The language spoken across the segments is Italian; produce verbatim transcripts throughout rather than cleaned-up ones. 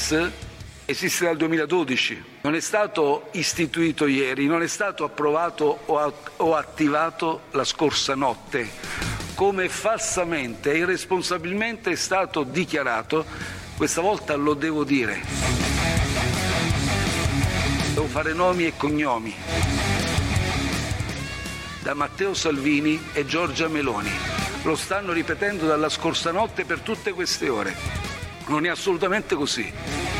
MES esiste dal duemiladodici, non è stato istituito ieri, non è stato approvato o, a- o attivato la scorsa notte, come falsamente e irresponsabilmente è stato dichiarato. Questa volta lo devo dire. Devo fare nomi e cognomi. Da Matteo Salvini e Giorgia Meloni. Lo stanno ripetendo dalla scorsa notte per tutte queste ore. Non è assolutamente così.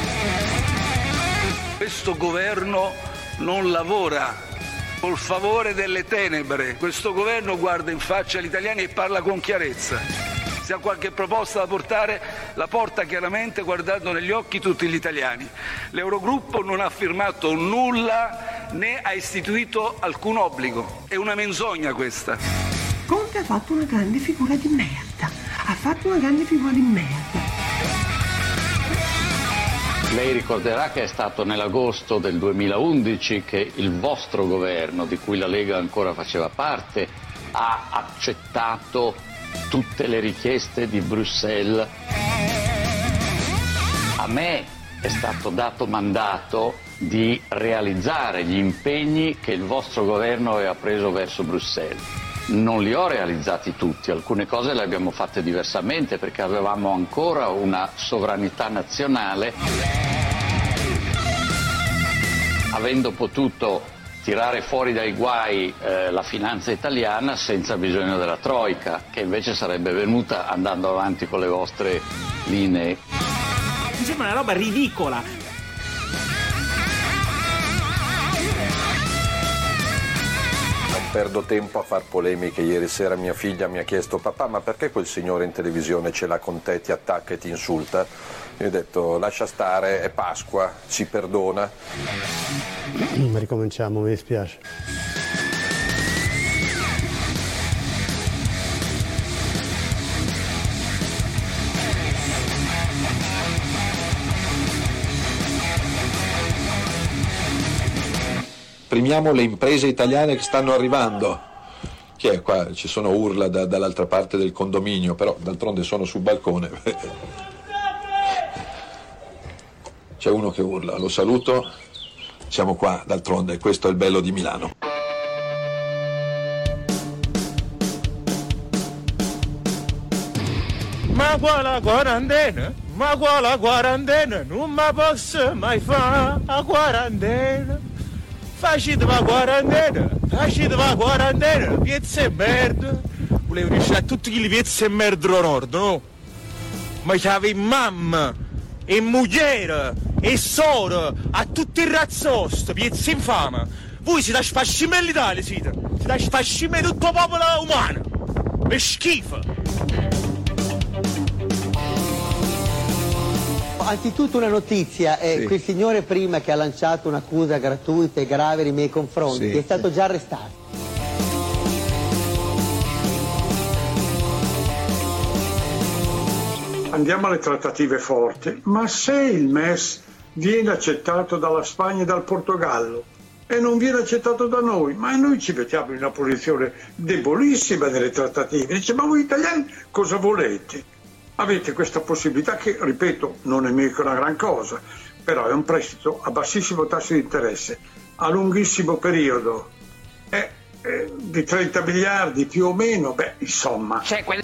Questo governo non lavora col favore delle tenebre. Questo governo guarda in faccia agli italiani e parla con chiarezza. Se ha qualche proposta da portare, la porta chiaramente guardando negli occhi tutti gli italiani. L'Eurogruppo non ha firmato nulla né ha istituito alcun obbligo. È una menzogna questa. Conte ha fatto una grande figura di merda. Ha fatto una grande figura di merda. Lei ricorderà che è stato nell'agosto del duemilaundici che il vostro governo, di cui la Lega ancora faceva parte, ha accettato tutte le richieste di Bruxelles. A me è stato dato mandato di realizzare gli impegni che il vostro governo aveva preso verso Bruxelles. Non li ho realizzati tutti, alcune cose le abbiamo fatte diversamente perché avevamo ancora una sovranità nazionale, avendo potuto tirare fuori dai guai eh, la finanza italiana senza bisogno della Troica, che invece sarebbe venuta andando avanti con le vostre linee. Mi sembra una roba ridicola. Non perdo tempo a far polemiche. Ieri sera mia figlia mi ha chiesto: papà, ma perché quel signore in televisione ce l'ha con te, ti attacca e ti insulta? Io ho detto: lascia stare, è Pasqua, ci perdona. Ma ricominciamo, mi dispiace. Primiamo le imprese italiane che stanno arrivando. Chi è qua? Ci sono urla da, dall'altra parte del condominio, però d'altronde sono sul balcone. C'è uno che urla, lo saluto. Siamo qua, d'altronde, questo è il bello di Milano. Ma quale quarantena? Ma quale quarantena? Non mi posso mai fare la quarantena. Facete la quarantena, facete la quarantena, piezza e merda. Volevo riuscire a tutti gli piezza e merda del nord, no? Ma c'ave mamma e moglie e sora a tutti i razzosti, piezza infame. Voi siete sfascimelli l'Italia, siete. Siete sfascimelli tutto il popolo umano. È schifo. Anzitutto una notizia, eh, Sì. quel signore prima che ha lanciato un'accusa gratuita e grave nei miei confronti Sì. è stato già arrestato. Andiamo alle trattative forti, ma se il M E S viene accettato dalla Spagna e dal Portogallo e non viene accettato da noi, ma noi ci mettiamo in una posizione debolissima nelle trattative. Dice: ma voi italiani cosa volete? Avete questa possibilità che, ripeto, non è mica una gran cosa, però è un prestito a bassissimo tasso di interesse, a lunghissimo periodo, è, è di trenta miliardi più o meno, beh, insomma. C'è quel...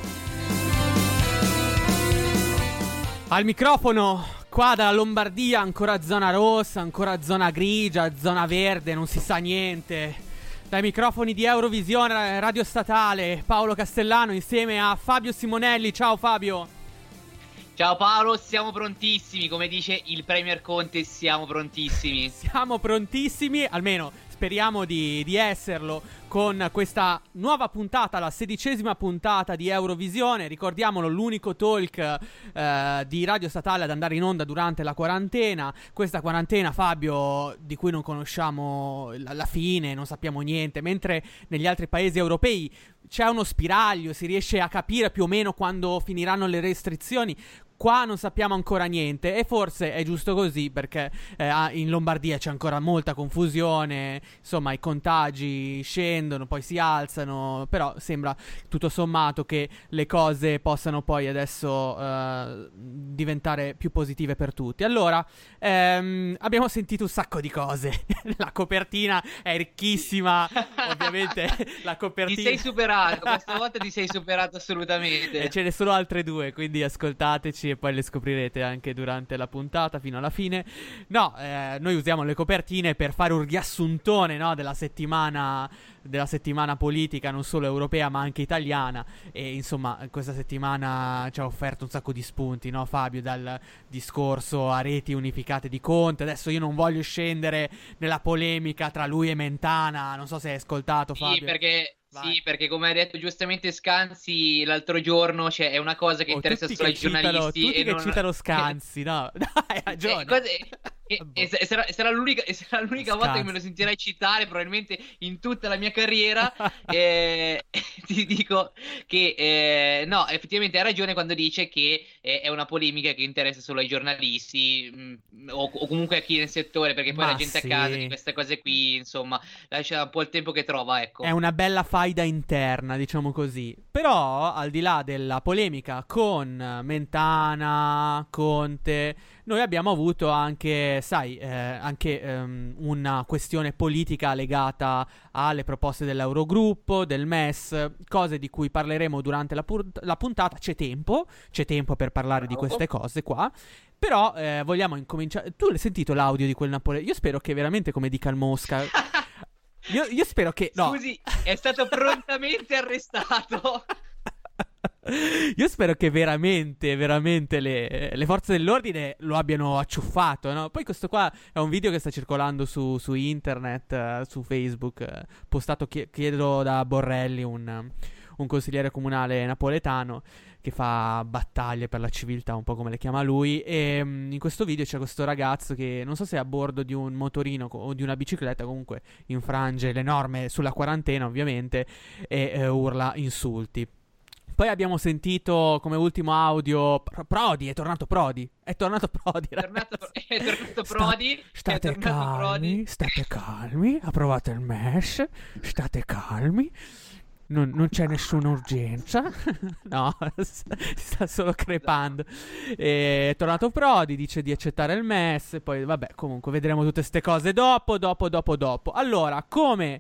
Al microfono, qua dalla Lombardia, ancora zona rossa, ancora zona grigia, zona verde, non si sa niente. Dai microfoni di Eurovisione Radio Statale, Paolo Castellano insieme a Fabio Simonelli. Ciao Fabio. Ciao Paolo, siamo prontissimi, come dice il Premier Conte, siamo prontissimi. Siamo prontissimi, almeno speriamo di, di esserlo, con questa nuova puntata, la sedicesima puntata di Eurovisione. Ricordiamolo, l'unico talk eh, di Radio Statale ad andare in onda durante la quarantena. Questa quarantena, Fabio, di cui non conosciamo la, la fine, non sappiamo niente, mentre negli altri paesi europei c'è uno spiraglio, si riesce a capire più o meno quando finiranno le restrizioni. qua non sappiamo ancora niente, e forse è giusto così, perché eh, in Lombardia c'è ancora molta confusione, insomma i contagi scendono, poi si alzano, però sembra tutto sommato che le cose possano poi adesso eh, diventare più positive per tutti. Allora, ehm, abbiamo sentito un sacco di cose. La copertina è ricchissima, ovviamente la copertina... Ti sei superato, questa volta ti sei superato assolutamente. E ce ne sono altre due, quindi ascoltateci e poi le scoprirete anche durante la puntata fino alla fine. No, eh, noi usiamo le copertine per fare un riassuntone, no, della settimana della settimana politica, non solo europea ma anche italiana, e insomma questa settimana ci ha offerto un sacco di spunti, no Fabio, dal discorso a reti unificate di Conte. Adesso io non voglio scendere nella polemica tra lui e Mentana, non so se hai ascoltato, Fabio. Sì, perché... Sì, perché come hai detto giustamente Scanzi l'altro giorno, cioè è una cosa che oh, interessa solo ai citano, giornalisti. Tutti e che non... citano Scanzi, no? Dai, hai ragione. E, cose... e, e, e sarà, sarà l'unica, e sarà l'unica volta che me lo sentirai citare, probabilmente in tutta la mia carriera. e, ti dico che eh, no, effettivamente hai ragione quando dice che eh, è una polemica che interessa solo ai giornalisti mh, o, o comunque a chi è nel settore, perché poi Ma la gente sì. a casa di queste cose qui, insomma, lascia un po' il tempo che trova, ecco. È una bella faida interna, diciamo così. Però, al di là della polemica con Mentana, Conte, noi abbiamo avuto anche, sai, eh, anche ehm, una questione politica legata alle proposte dell'Eurogruppo, del M E S, cose di cui parleremo durante la, pur- la puntata. C'è tempo, c'è tempo per parlare di queste cose qua. Però eh, vogliamo incominciare. Tu l'hai sentito l'audio di quel napoletano? Io spero che veramente, come dica il Mosca... Io, io spero che... No. Scusi, è stato prontamente arrestato. Io spero che veramente, veramente le, le forze dell'ordine lo abbiano acciuffato, no? Poi questo qua è un video che sta circolando su, su internet, uh, su Facebook, uh, postato, chie- chiedo da Borrelli, un, un consigliere comunale napoletano, che fa battaglie per la civiltà, un po' come le chiama lui, e um, in questo video c'è questo ragazzo che non so se è a bordo di un motorino co- o di una bicicletta, comunque infrange le norme sulla quarantena ovviamente e eh, urla insulti. Poi abbiamo sentito come ultimo audio Prodi, è tornato Prodi, è tornato Prodi, è tornato, è tornato Prodi, Sta, state è tornato calmi, Prodi. State calmi, approvate il M E S, state calmi. Non, non c'è nessuna urgenza. No, si sta solo crepando. E è tornato Prodi, dice di accettare il M E S. Poi vabbè, comunque vedremo tutte queste cose dopo, dopo, dopo, dopo. Allora, come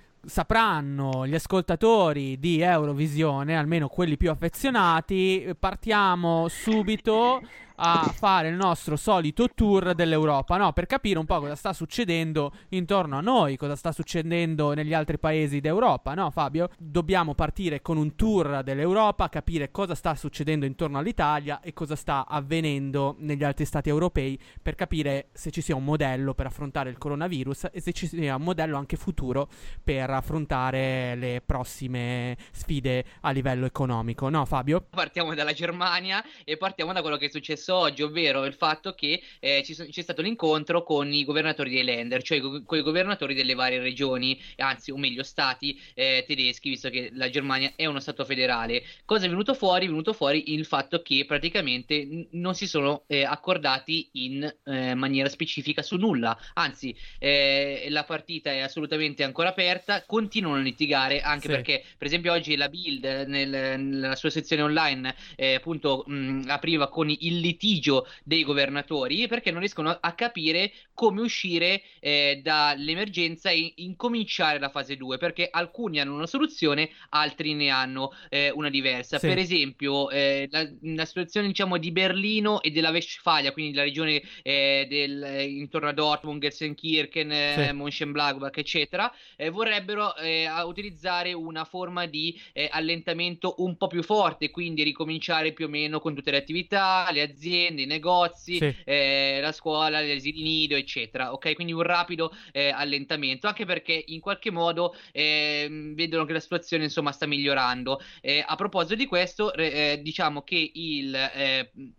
sapranno gli ascoltatori di Eurovisione, almeno quelli più affezionati, partiamo subito a fare il nostro solito tour dell'Europa, no? Per capire un po' cosa sta succedendo intorno a noi, cosa sta succedendo negli altri paesi d'Europa, no Fabio? Dobbiamo partire con un tour dell'Europa, capire cosa sta succedendo intorno all'Italia e cosa sta avvenendo negli altri stati europei, per capire se ci sia un modello per affrontare il coronavirus e se ci sia un modello anche futuro per affrontare le prossime sfide a livello economico, no Fabio? Partiamo dalla Germania e partiamo da quello che è successo oggi, ovvero il fatto che eh, ci so- c'è stato l'incontro con i governatori dei Länder, cioè go- con i governatori delle varie regioni, anzi o meglio stati eh, tedeschi, visto che la Germania è uno stato federale. Cosa è venuto fuori? È venuto fuori il fatto che praticamente n- non si sono eh, accordati in eh, maniera specifica su nulla, anzi eh, la partita è assolutamente ancora aperta, continuano a litigare anche Sì. perché per esempio oggi la Bild nel, nella sua sezione online eh, appunto mh, apriva con il litigio dei governatori perché non riescono a, a capire come uscire eh, dall'emergenza e incominciare la fase due, perché alcuni hanno una soluzione, altri ne hanno eh, una diversa. Sì. Per esempio eh, la, la situazione diciamo di Berlino e della Westfalia, quindi la regione eh, del, eh, intorno a Dortmund, Gelsenkirchen, eh, Sì. Mönchengladbach eccetera, eh, vorrebbero eh, a utilizzare una forma di eh, allentamento un po' più forte, quindi ricominciare più o meno con tutte le attività, le aziende, i negozi, Sì. eh, la scuola, gli asili nido eccetera, ok? Quindi un rapido eh, allentamento, anche perché in qualche modo eh, vedono che la situazione insomma sta migliorando. Eh, a proposito di questo, eh, diciamo che il eh,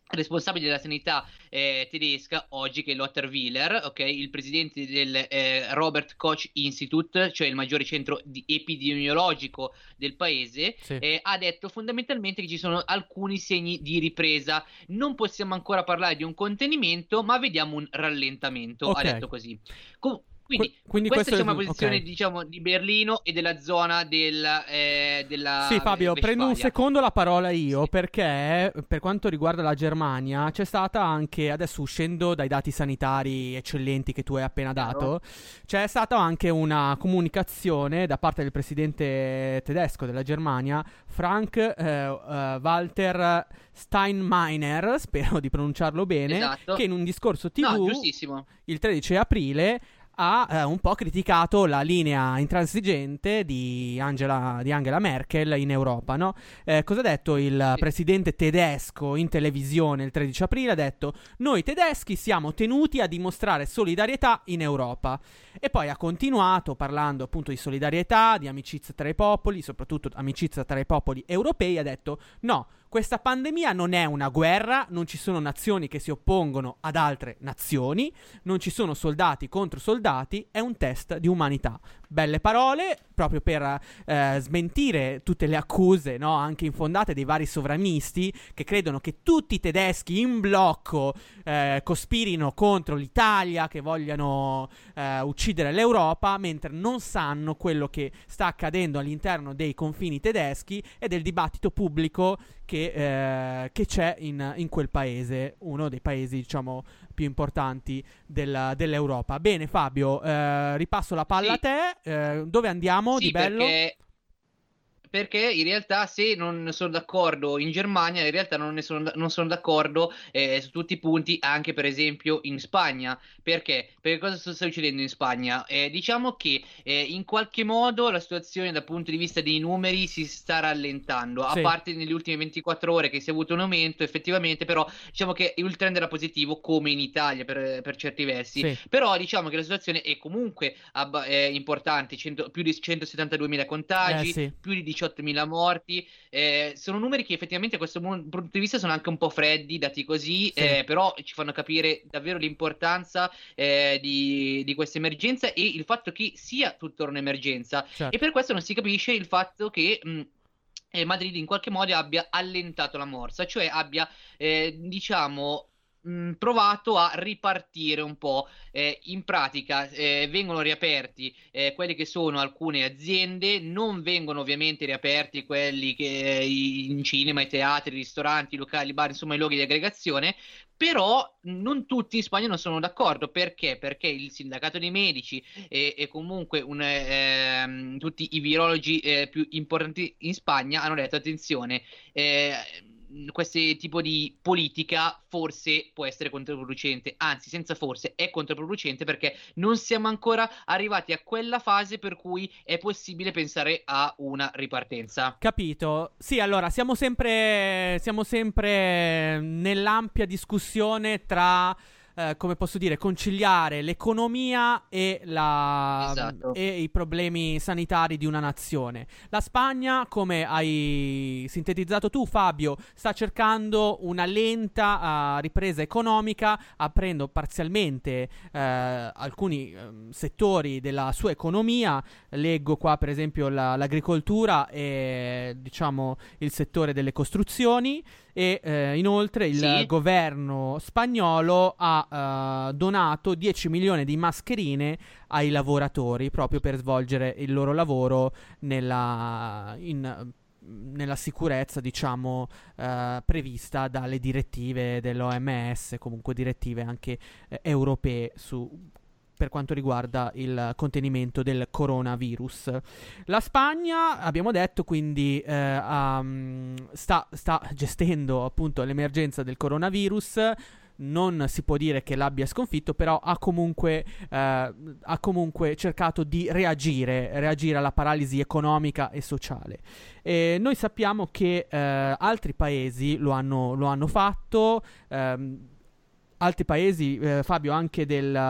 responsabile della sanità eh, tedesca oggi, che è Lothar Wieler, ok, il presidente del eh, Robert Koch Institute, cioè il maggiore centro di epidemiologico del paese, Sì. eh, ha detto fondamentalmente che ci sono alcuni segni di ripresa. Non possiamo ancora parlare di un contenimento, ma vediamo un rallentamento, Ok. ha detto così. Com- Quindi, Que- quindi questa questo è è- una posizione ok. diciamo di Berlino e della zona del, eh, della Sì, Fabio, Westfalia. prendo un secondo la parola io, Sì. perché per quanto riguarda la Germania c'è stata anche, adesso uscendo dai dati sanitari eccellenti che tu hai appena dato, c'è stata anche una comunicazione da parte del presidente tedesco della Germania, Frank eh, eh, Walter Steinmeier, spero di pronunciarlo bene, Esatto. che in un discorso No, tivù giustissimo. il tredici aprile ha eh, un po' criticato la linea intransigente di Angela, di Angela Merkel in Europa, no? Eh, cosa ha detto il Sì. presidente tedesco in televisione il tredici aprile? Ha detto: noi tedeschi siamo tenuti a dimostrare solidarietà in Europa. E poi ha continuato parlando appunto di solidarietà, di amicizia tra i popoli, soprattutto amicizia tra i popoli europei. Ha detto: no, questa pandemia non è una guerra, non ci sono nazioni che si oppongono ad altre nazioni, non ci sono soldati contro soldati, è un test di umanità. Belle parole, proprio per eh, smentire tutte le accuse, no, anche infondate dei vari sovranisti che credono che tutti i tedeschi in blocco eh, cospirino contro l'Italia, che vogliano eh, uccidere l'Europa, mentre non sanno quello che sta accadendo all'interno dei confini tedeschi e del dibattito pubblico che, eh, che c'è in, in quel paese, uno dei paesi diciamo più importanti della, dell'Europa. Bene Fabio, eh, ripasso la palla Sì. a te, eh, dove andiamo Sì, di bello? perché, perché in realtà se non sono d'accordo in Germania, in realtà non, ne sono, non sono d'accordo eh, su tutti i punti, anche per esempio in Spagna. Perché? Perché cosa sta succedendo in Spagna? Eh, diciamo che eh, in qualche modo la situazione dal punto di vista dei numeri si sta rallentando, Sì. a parte nelle ultime ventiquattro ore che si è avuto un aumento effettivamente, però diciamo che il trend era positivo come in Italia per, per certi versi. Sì. Però diciamo che la situazione è comunque abba- eh, importante, cento più di centosettantaduemila contagi, Eh, sì. più di diciottomila morti, eh, sono numeri che effettivamente a questo mu- punto di vista sono anche un po' freddi, dati così, Sì. eh, però ci fanno capire davvero l'importanza eh, di, di questa emergenza e il fatto che sia tuttora un'emergenza. Certo. E per questo non si capisce il fatto che mh, eh, Madrid in qualche modo abbia allentato la morsa, cioè abbia, eh, diciamo, mh, provato a ripartire un po'. Eh, in pratica eh, vengono riaperti eh, quelli che sono alcune aziende, non vengono ovviamente riaperti quelli che in cinema, i teatri, i ristoranti, i locali, i bar, insomma i luoghi di aggregazione. Però non tutti in Spagna non sono d'accordo. Perché? Perché il sindacato dei medici e, e comunque un, ehm, tutti i virologi eh, più importanti in Spagna hanno detto: attenzione, eh, questo tipo di politica forse può essere controproducente, anzi senza forse è controproducente, perché non siamo ancora arrivati a quella fase per cui è possibile pensare a una ripartenza. Capito? Sì, allora siamo sempre siamo sempre nell'ampia discussione tra eh, come posso dire, conciliare l'economia e, la, Esatto. e i problemi sanitari di una nazione. La Spagna, come hai sintetizzato tu, Fabio, sta cercando una lenta uh, ripresa economica, aprendo parzialmente uh, alcuni um, settori della sua economia. Leggo qua per esempio la, l'agricoltura e diciamo il settore delle costruzioni. E eh, inoltre il Sì. governo spagnolo ha uh, donato dieci milioni di mascherine ai lavoratori proprio per svolgere il loro lavoro nella, in, nella sicurezza, diciamo, uh, prevista dalle direttive dell'O M S, comunque direttive anche eh, europee su per quanto riguarda il contenimento del coronavirus. La Spagna, abbiamo detto, quindi eh, um, sta, sta gestendo appunto l'emergenza del coronavirus. Non si può dire che l'abbia sconfitto, però ha comunque, eh, ha comunque cercato di reagire, reagire alla paralisi economica e sociale. E noi sappiamo che eh, altri paesi lo hanno, lo hanno fatto. Ehm, altri paesi, eh, Fabio, anche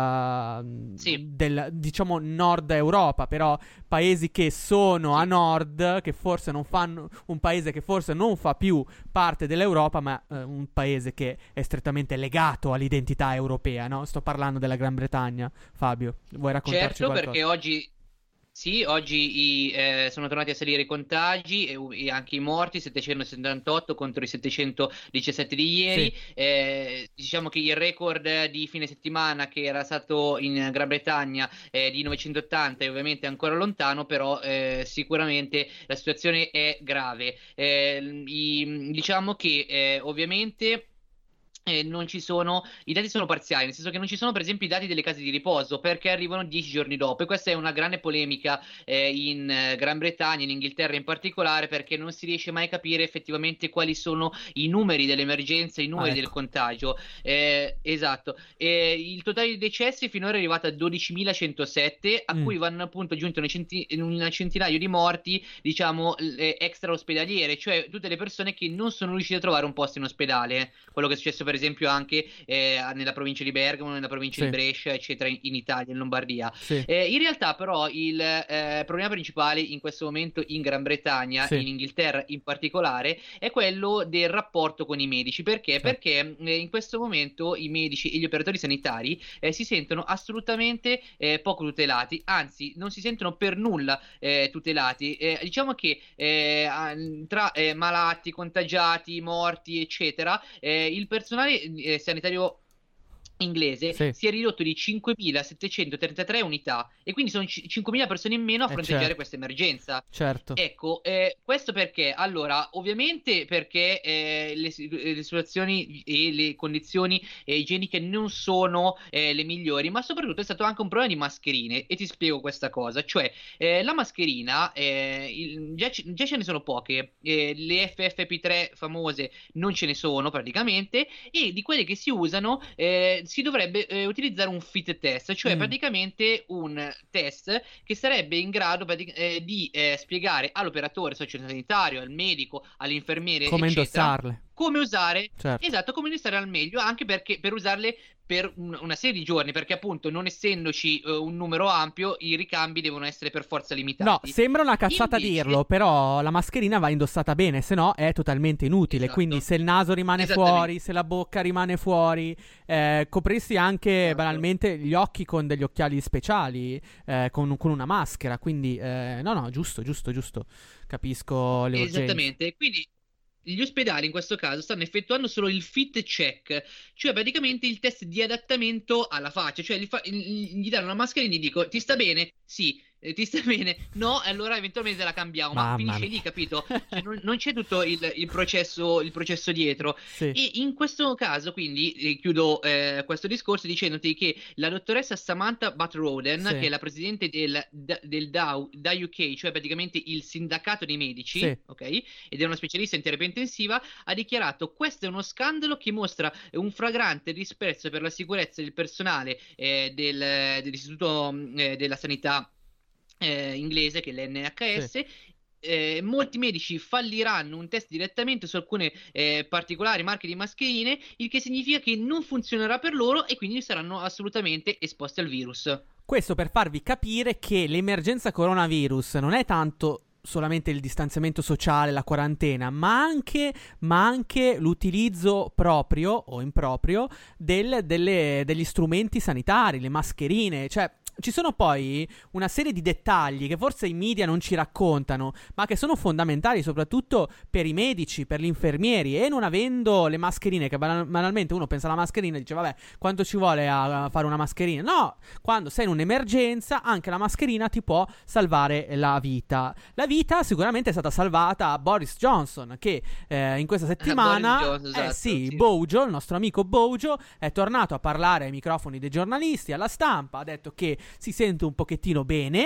del, sì. del, diciamo, nord Europa, però paesi che sono sì. a nord, che forse non fanno, un paese che forse non fa più parte dell'Europa, ma eh, un paese che è strettamente legato all'identità europea, no? Sto parlando della Gran Bretagna. Fabio, vuoi raccontarci certo, qualcosa? Perché oggi... Sì, oggi i, eh, sono tornati a salire i contagi e, e anche i morti, settecentosettantotto contro i settecentodiciassette di ieri. Sì. Eh, diciamo che il record di fine settimana che era stato in Gran Bretagna eh, di novecentottanta è ovviamente ancora lontano, però eh, sicuramente la situazione è grave. Eh, i, diciamo che eh, ovviamente... Eh, non ci sono, i dati sono parziali, nel senso che non ci sono per esempio i dati delle case di riposo perché arrivano dieci giorni dopo, e questa è una grande polemica eh, in eh, Gran Bretagna, in Inghilterra in particolare, perché non si riesce mai a capire effettivamente quali sono i numeri dell'emergenza, i numeri ah, ecco. del contagio. Eh, esatto, eh, il totale di decessi finora è arrivato a dodicimilacentosette, a mm. cui vanno appunto aggiunti una, centi- una centinaio di morti, diciamo, eh, extra ospedaliere, cioè tutte le persone che non sono riuscite a trovare un posto in ospedale, quello che è successo per esempio anche eh, nella provincia di Bergamo, nella provincia sì. di Brescia, eccetera, in, in Italia, in Lombardia. Sì. Eh, in realtà però il eh, problema principale in questo momento in Gran Bretagna, sì. in Inghilterra in particolare, è quello del rapporto con i medici. Perché? Sì. Perché eh, in questo momento i medici e gli operatori sanitari eh, si sentono assolutamente eh, poco tutelati, anzi non si sentono per nulla eh, tutelati. Eh, diciamo che eh, tra eh, malati, contagiati, morti, eccetera, eh, il personale Eh, sanitario inglese sì. si è ridotto di cinquemilasettecentotrentatré unità, e quindi sono c- cinquemila persone in meno a fronteggiare eh certo. questa emergenza. Certo. Ecco, eh, questo perché? Allora, ovviamente perché eh, le, le situazioni e le condizioni eh, igieniche non sono eh, le migliori, ma soprattutto è stato anche un problema di mascherine, e ti spiego questa cosa. Cioè, eh, la mascherina, eh, il, già, c- già ce ne sono poche, eh, le F F P tre famose non ce ne sono praticamente, e di quelle che si usano eh, si dovrebbe eh, utilizzare un fit test, cioè mm. praticamente un test che sarebbe in grado pratic- eh, di eh, spiegare all'operatore sociosanitario, al medico, all'infermiere, come eccetera, indossarle, come usare, certo. esatto, come indossare al meglio, anche perché per usarle per un, una serie di giorni, perché appunto non essendoci uh, un numero ampio, i ricambi devono essere per forza limitati. No, sembra una cazzata Invece... dirlo, però la mascherina va indossata bene, se no è totalmente inutile. Esatto. Quindi se il naso rimane fuori, se la bocca rimane fuori, eh, coprirsi anche esatto. banalmente gli occhi con degli occhiali speciali, eh, con, con una maschera. Quindi eh, no, no, giusto, giusto, giusto. Capisco le urgenze. Esattamente, quindi gli ospedali in questo caso stanno effettuando solo il fit check, cioè praticamente il test di adattamento alla faccia, cioè gli, fa- gli danno una mascherina e gli dico ti sta bene? Sì. Eh, ti sta bene? No, e allora eventualmente la cambiamo. Ma, ma finisce mia. lì, capito? Cioè, non, non c'è tutto il, il processo il processo dietro. Sì. E in questo caso, quindi, eh, chiudo eh, questo discorso dicendoti che la dottoressa Samantha Butt-Roden, sì. che è la presidente del, del D A U, D A U K, cioè praticamente il sindacato dei medici, sì. ok? Ed è una specialista in terapia intensiva, ha dichiarato: questo è uno scandalo che mostra un flagrante disprezzo per la sicurezza del personale eh, del, dell'istituto eh, della sanità Eh, inglese, che è l'N H S. Sì. Eh, molti medici falliranno un test direttamente su alcune eh, particolari marche di mascherine, il che significa che non funzionerà per loro e quindi saranno assolutamente esposti al virus. Questo per farvi capire che l'emergenza coronavirus non è tanto solamente il distanziamento sociale, la quarantena, ma anche, ma anche l'utilizzo proprio o improprio del, delle, degli strumenti sanitari, le mascherine. Cioè ci sono poi una serie di dettagli che forse i media non ci raccontano, ma che sono fondamentali soprattutto per i medici, per gli infermieri, e non avendo le mascherine, che banal- banalmente uno pensa alla mascherina e dice vabbè, quanto ci vuole a, a fare una mascherina? No, quando sei in un'emergenza anche la mascherina ti può salvare la vita. La vita sicuramente è stata salvata a Boris Johnson, che eh, in questa settimana Johnson, esatto, eh, sì, sì. Bojo, il nostro amico Bojo, è tornato a parlare ai microfoni dei giornalisti, alla stampa, ha detto che si sente un pochettino bene,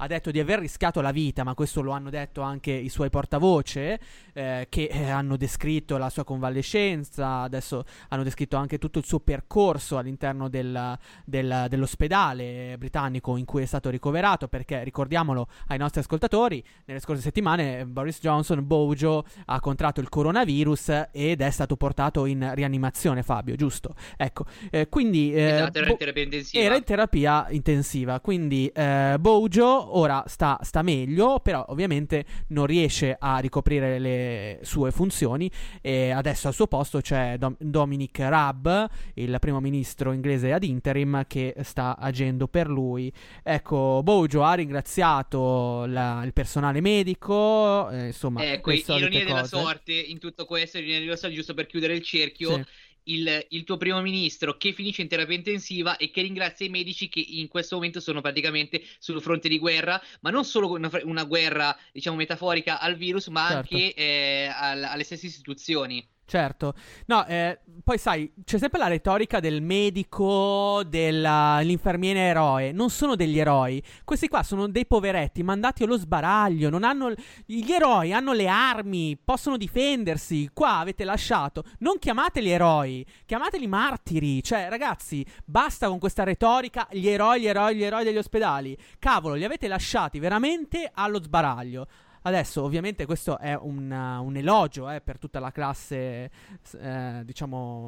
ha detto di aver rischiato la vita, ma questo lo hanno detto anche i suoi portavoce, eh, che eh, hanno descritto la sua convalescenza, adesso hanno descritto anche tutto il suo percorso all'interno del, del, dell'ospedale britannico in cui è stato ricoverato, perché ricordiamolo ai nostri ascoltatori, nelle scorse settimane Boris Johnson, Bojo, ha contratto il coronavirus ed è stato portato in rianimazione, Fabio, giusto? Ecco, eh, quindi eh, esatto, era in Bo- terapia intensiva. Era in terapia intensiva, quindi eh, Bojo ora sta, sta meglio, però ovviamente non riesce a ricoprire le sue funzioni e adesso al suo posto c'è Dom- Dominic Raab, il primo ministro inglese ad interim, che sta agendo per lui. Ecco, Bojo ha ringraziato la, il personale medico, eh, insomma, ecco, le solite ironia della cose. sorte in tutto questo, ironia della sorte, giusto per chiudere il cerchio. Sì. Il, il tuo primo ministro che finisce in terapia intensiva e che ringrazia i medici che in questo momento sono praticamente sul fronte di guerra, ma non solo una, una guerra, diciamo, metaforica al virus, ma Certo. anche eh, al, alle stesse istituzioni. Certo, no, eh, poi sai, c'è sempre la retorica del medico, dell'infermiere eroe. Non sono degli eroi, questi qua sono dei poveretti mandati allo sbaraglio. Non hanno, gli eroi hanno le armi, possono difendersi. Qua avete lasciato, non chiamateli eroi, chiamateli martiri. Cioè, ragazzi, basta con questa retorica, gli eroi, gli eroi, gli eroi degli ospedali. Cavolo, li avete lasciati veramente allo sbaraglio. Adesso ovviamente questo è un, uh, un elogio eh, per tutta la classe eh, diciamo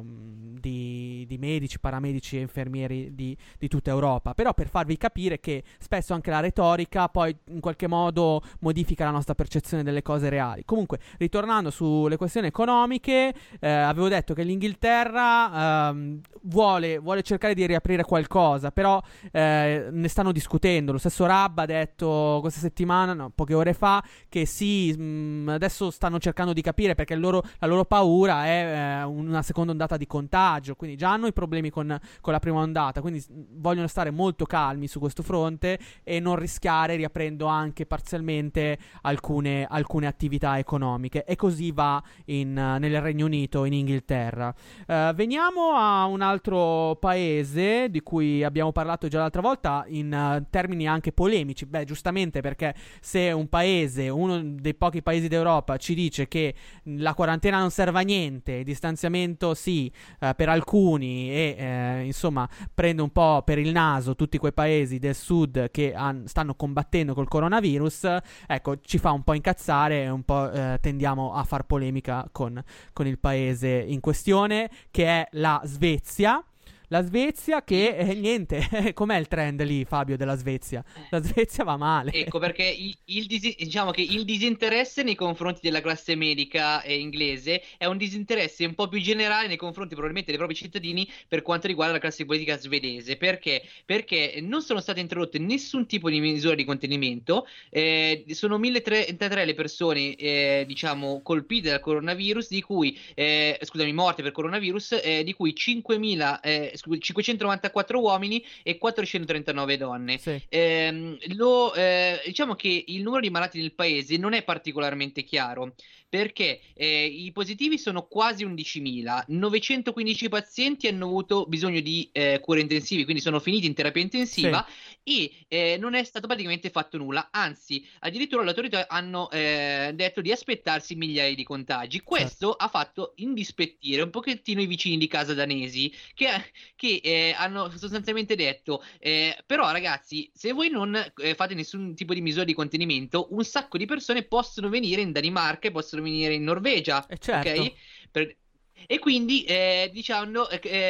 di, di medici, paramedici e infermieri di, di tutta Europa, però per farvi capire che spesso anche la retorica poi in qualche modo modifica la nostra percezione delle cose reali. Comunque, ritornando sulle questioni economiche, eh, avevo detto che l'Inghilterra ehm, vuole, vuole cercare di riaprire qualcosa, però eh, ne stanno discutendo. Lo stesso Raab ha detto questa settimana, no, poche ore fa, che sì, mh, adesso stanno cercando di capire, perché il loro, la loro paura è eh, una seconda ondata di contagio, quindi già hanno i problemi con, con la prima ondata, quindi s- vogliono stare molto calmi su questo fronte e non rischiare, riaprendo anche parzialmente alcune, alcune attività economiche, e così va in, uh, nel Regno Unito, in Inghilterra. Uh, veniamo a un altro paese di cui abbiamo parlato già l'altra volta in uh, termini anche polemici. Beh, giustamente, perché se un paese, uno dei pochi paesi d'Europa, ci dice che la quarantena non serve a niente, il distanziamento sì, eh, per alcuni, e eh, insomma prende un po' per il naso tutti quei paesi del sud che han, stanno combattendo col coronavirus, ecco, ci fa un po' incazzare e un po' eh, tendiamo a far polemica con, con il paese in questione, che è la Svezia. La Svezia che, eh, niente, com'è il trend lì, Fabio, della Svezia? La Svezia va male. Ecco, perché il, il disi- diciamo che il disinteresse nei confronti della classe medica eh, inglese è un disinteresse un po' più generale nei confronti probabilmente dei propri cittadini per quanto riguarda la classe politica svedese. Perché? Perché non sono state introdotte nessun tipo di misura di contenimento, eh, sono mille trentatré le persone, eh, diciamo, colpite dal coronavirus, di cui, eh, scusami, morte per coronavirus, eh, di cui cinquemila... Eh, cinquecentonovantaquattro uomini e quattrocentotrentanove donne. Sì. Ehm, lo, eh, diciamo che il numero di malati nel paese non è particolarmente chiaro, perché eh, i positivi sono quasi undicimila, novecentoquindici pazienti hanno avuto bisogno di eh, cure intensive, quindi sono finiti in terapia intensiva, sì. e eh, non è stato praticamente fatto nulla, anzi addirittura le autorità hanno eh, detto di aspettarsi migliaia di contagi. Questo certo. ha fatto indispettire un pochettino i vicini di casa danesi, che, che eh, hanno sostanzialmente detto eh, però ragazzi, se voi non eh, fate nessun tipo di misura di contenimento, un sacco di persone possono venire in Danimarca e possono venire in Norvegia, eh certo. ok? Per... E quindi eh, diciamo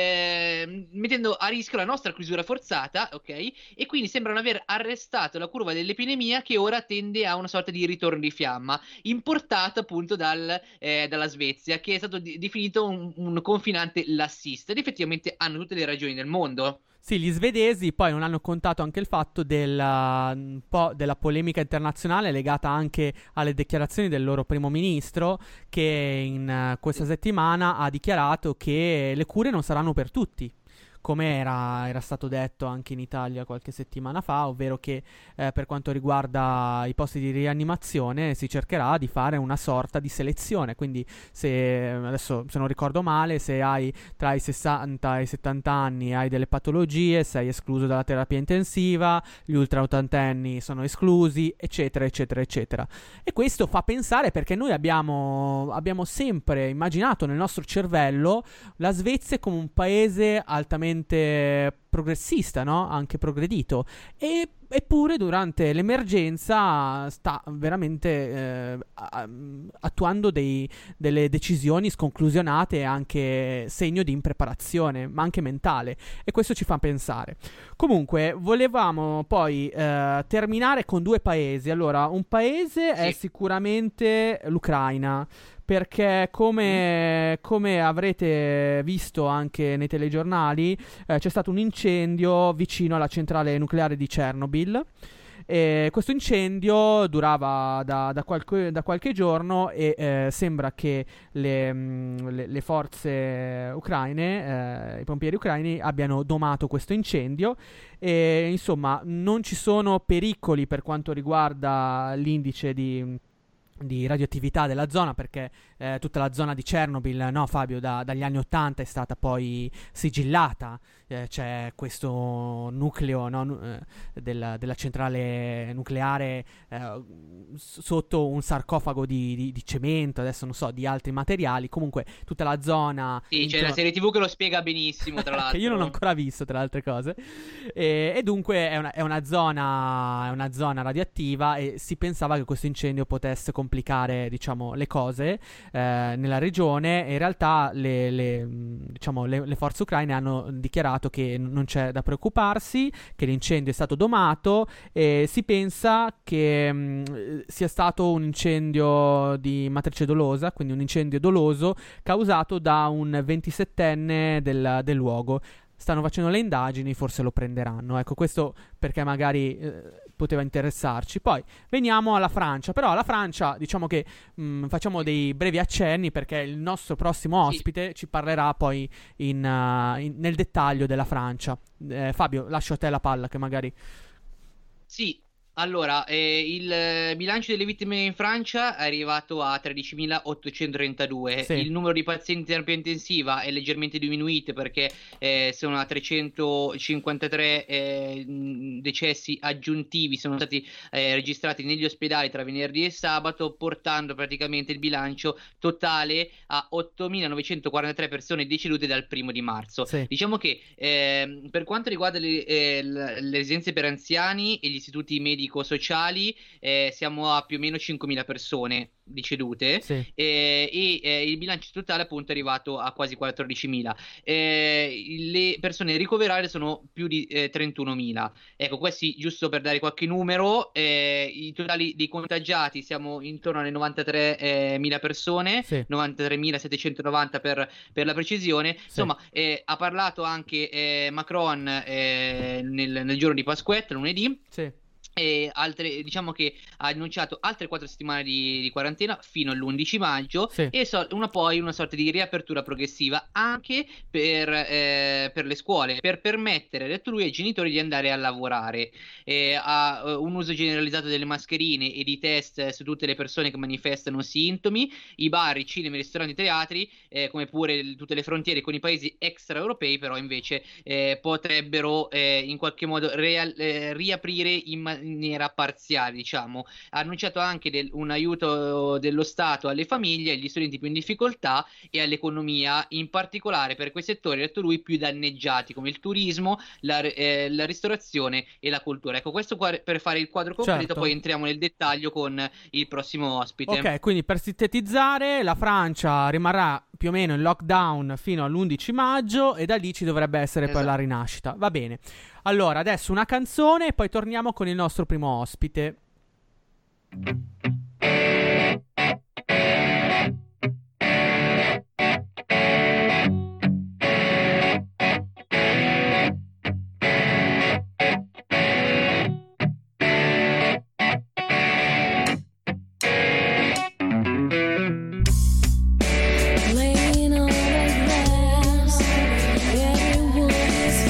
eh, mettendo a rischio la nostra chiusura forzata, ok? E quindi sembrano aver arrestato la curva dell'epidemia, che ora tende a una sorta di ritorno di fiamma, importata appunto dal, eh, dalla Svezia, che è stato di- definito un, un confinante lassista, ed effettivamente hanno tutte le ragioni del mondo. Sì, gli svedesi poi non hanno contato anche il fatto della, un po' della polemica internazionale legata anche alle dichiarazioni del loro primo ministro, che in uh, questa settimana ha dichiarato che le cure non saranno per tutti. come era, era stato detto anche in Italia qualche settimana fa, ovvero che eh, per quanto riguarda i posti di rianimazione si cercherà di fare una sorta di selezione, quindi se adesso se non ricordo male, se hai tra i sessanta e i settanta anni hai delle patologie, sei escluso dalla terapia intensiva, gli ultra ottantenni sono esclusi, eccetera eccetera eccetera. E questo fa pensare, perché noi abbiamo, abbiamo sempre immaginato nel nostro cervello la Svezia come un paese altamente progressista, no? Anche progredito, e eppure durante l'emergenza sta veramente eh, attuando dei, delle decisioni sconclusionate e anche segno di impreparazione, ma anche mentale, e questo ci fa pensare. Comunque volevamo poi eh, terminare con due paesi. Allora, un paese sì. è sicuramente l'Ucraina, perché come, come avrete visto anche nei telegiornali eh, c'è stato un incendio vicino alla centrale nucleare di Chernobyl. E questo incendio durava da, da, qualche, da qualche giorno e eh, sembra che le, mh, le, le forze ucraine, eh, i pompieri ucraini abbiano domato questo incendio, e insomma non ci sono pericoli per quanto riguarda l'indice di di radioattività della zona, perché eh, tutta la zona di Chernobyl, no Fabio, da, dagli anni ottanta è stata poi sigillata, eh, c'è questo nucleo, no, nu- eh, della, della centrale nucleare eh, s- sotto un sarcofago di, di, di cemento, adesso non so, di altri materiali, comunque tutta la zona... Sì, intorno... c'è la serie tivù che lo spiega benissimo, tra l'altro. Che io non ho ancora visto, tra le altre cose, e, e dunque è una, è una zona è una zona radioattiva, e si pensava che questo incendio potesse complicare, diciamo, le cose eh, nella regione, e in realtà le, le, diciamo, le, le forze ucraine hanno dichiarato che non c'è da preoccuparsi, che l'incendio è stato domato, e si pensa che mh, sia stato un incendio di matrice dolosa, quindi un incendio doloso causato da un ventisettenne del, del luogo. Stanno facendo le indagini, forse lo prenderanno. Ecco, questo perché magari eh, poteva interessarci. Poi veniamo alla Francia. Però alla Francia, diciamo che mh, facciamo dei brevi accenni, perché il nostro prossimo ospite sì. ci parlerà poi in, uh, in, nel dettaglio della Francia. Eh, Fabio, lascio a te la palla, che magari... Sì. Allora, eh, il bilancio delle vittime in Francia è arrivato a tredicimilaottocentotrentadue. Sì. Il numero di pazienti in terapia intensiva è leggermente diminuito, perché eh, sono a trecentocinquantatré eh, decessi aggiuntivi sono stati eh, registrati negli ospedali tra venerdì e sabato, portando praticamente il bilancio totale a ottomilanovecentoquarantatré persone decedute dal primo di marzo. Sì. Diciamo che eh, per quanto riguarda le, eh, le residenze per anziani e gli istituti medici sociali, eh, siamo a più o meno cinquemila persone decedute, sì. eh, e eh, il bilancio totale appunto è arrivato a quasi quattordicimila. Eh, le persone ricoverate sono più di eh, trentunomila. Ecco, questi giusto per dare qualche numero. Eh, i totali dei contagiati siamo intorno alle novantatremila persone, sì. novantatremilasettecentonovanta per, per la precisione. Sì. Insomma, eh, ha parlato anche eh, Macron eh, nel, nel giorno di Pasquetta, lunedì. Sì. E altre, diciamo che ha annunciato altre quattro settimane di, di quarantena fino all'undici maggio, sì. e so, una, poi una sorta di riapertura progressiva anche per, eh, per le scuole, per permettere alle altrui e ai genitori di andare a lavorare. Eh, ha uh, un uso generalizzato delle mascherine e di test su tutte le persone che manifestano sintomi. I bar, i cinema, i ristoranti, i teatri, eh, come pure l- tutte le frontiere con i paesi extraeuropei, però invece eh, potrebbero eh, in qualche modo real- eh, riaprire in maniera maniera parziale, diciamo. Ha annunciato anche del, un aiuto dello Stato alle famiglie, agli studenti più in difficoltà e all'economia, in particolare per quei settori, ha detto lui, più danneggiati, come il turismo, la, eh, la ristorazione e la cultura. Ecco, questo qua per fare il quadro completo, certo. Poi entriamo nel dettaglio con il prossimo ospite. Ok, quindi per sintetizzare, la Francia rimarrà più o meno in lockdown fino all'undici maggio, e da lì ci dovrebbe essere esatto. poi la rinascita. Va bene. Allora, adesso una canzone e poi torniamo con il nostro primo ospite. Laying on the grass, everyone is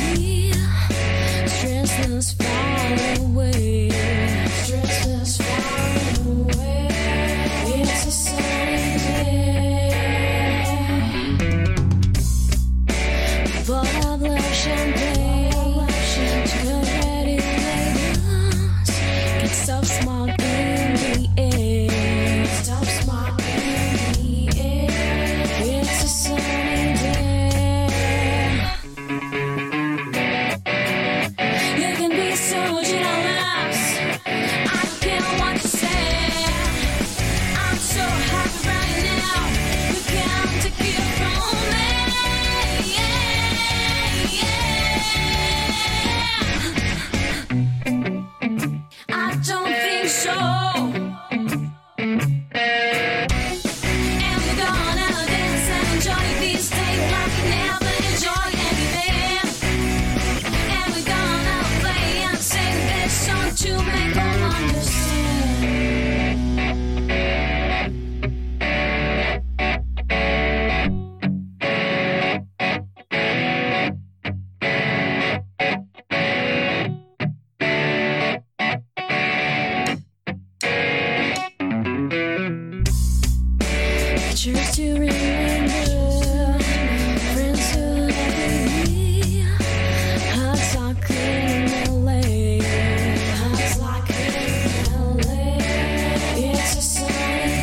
Sure to remember friends who love me. Hearts like in L A. Hearts like in L A. It's a sunny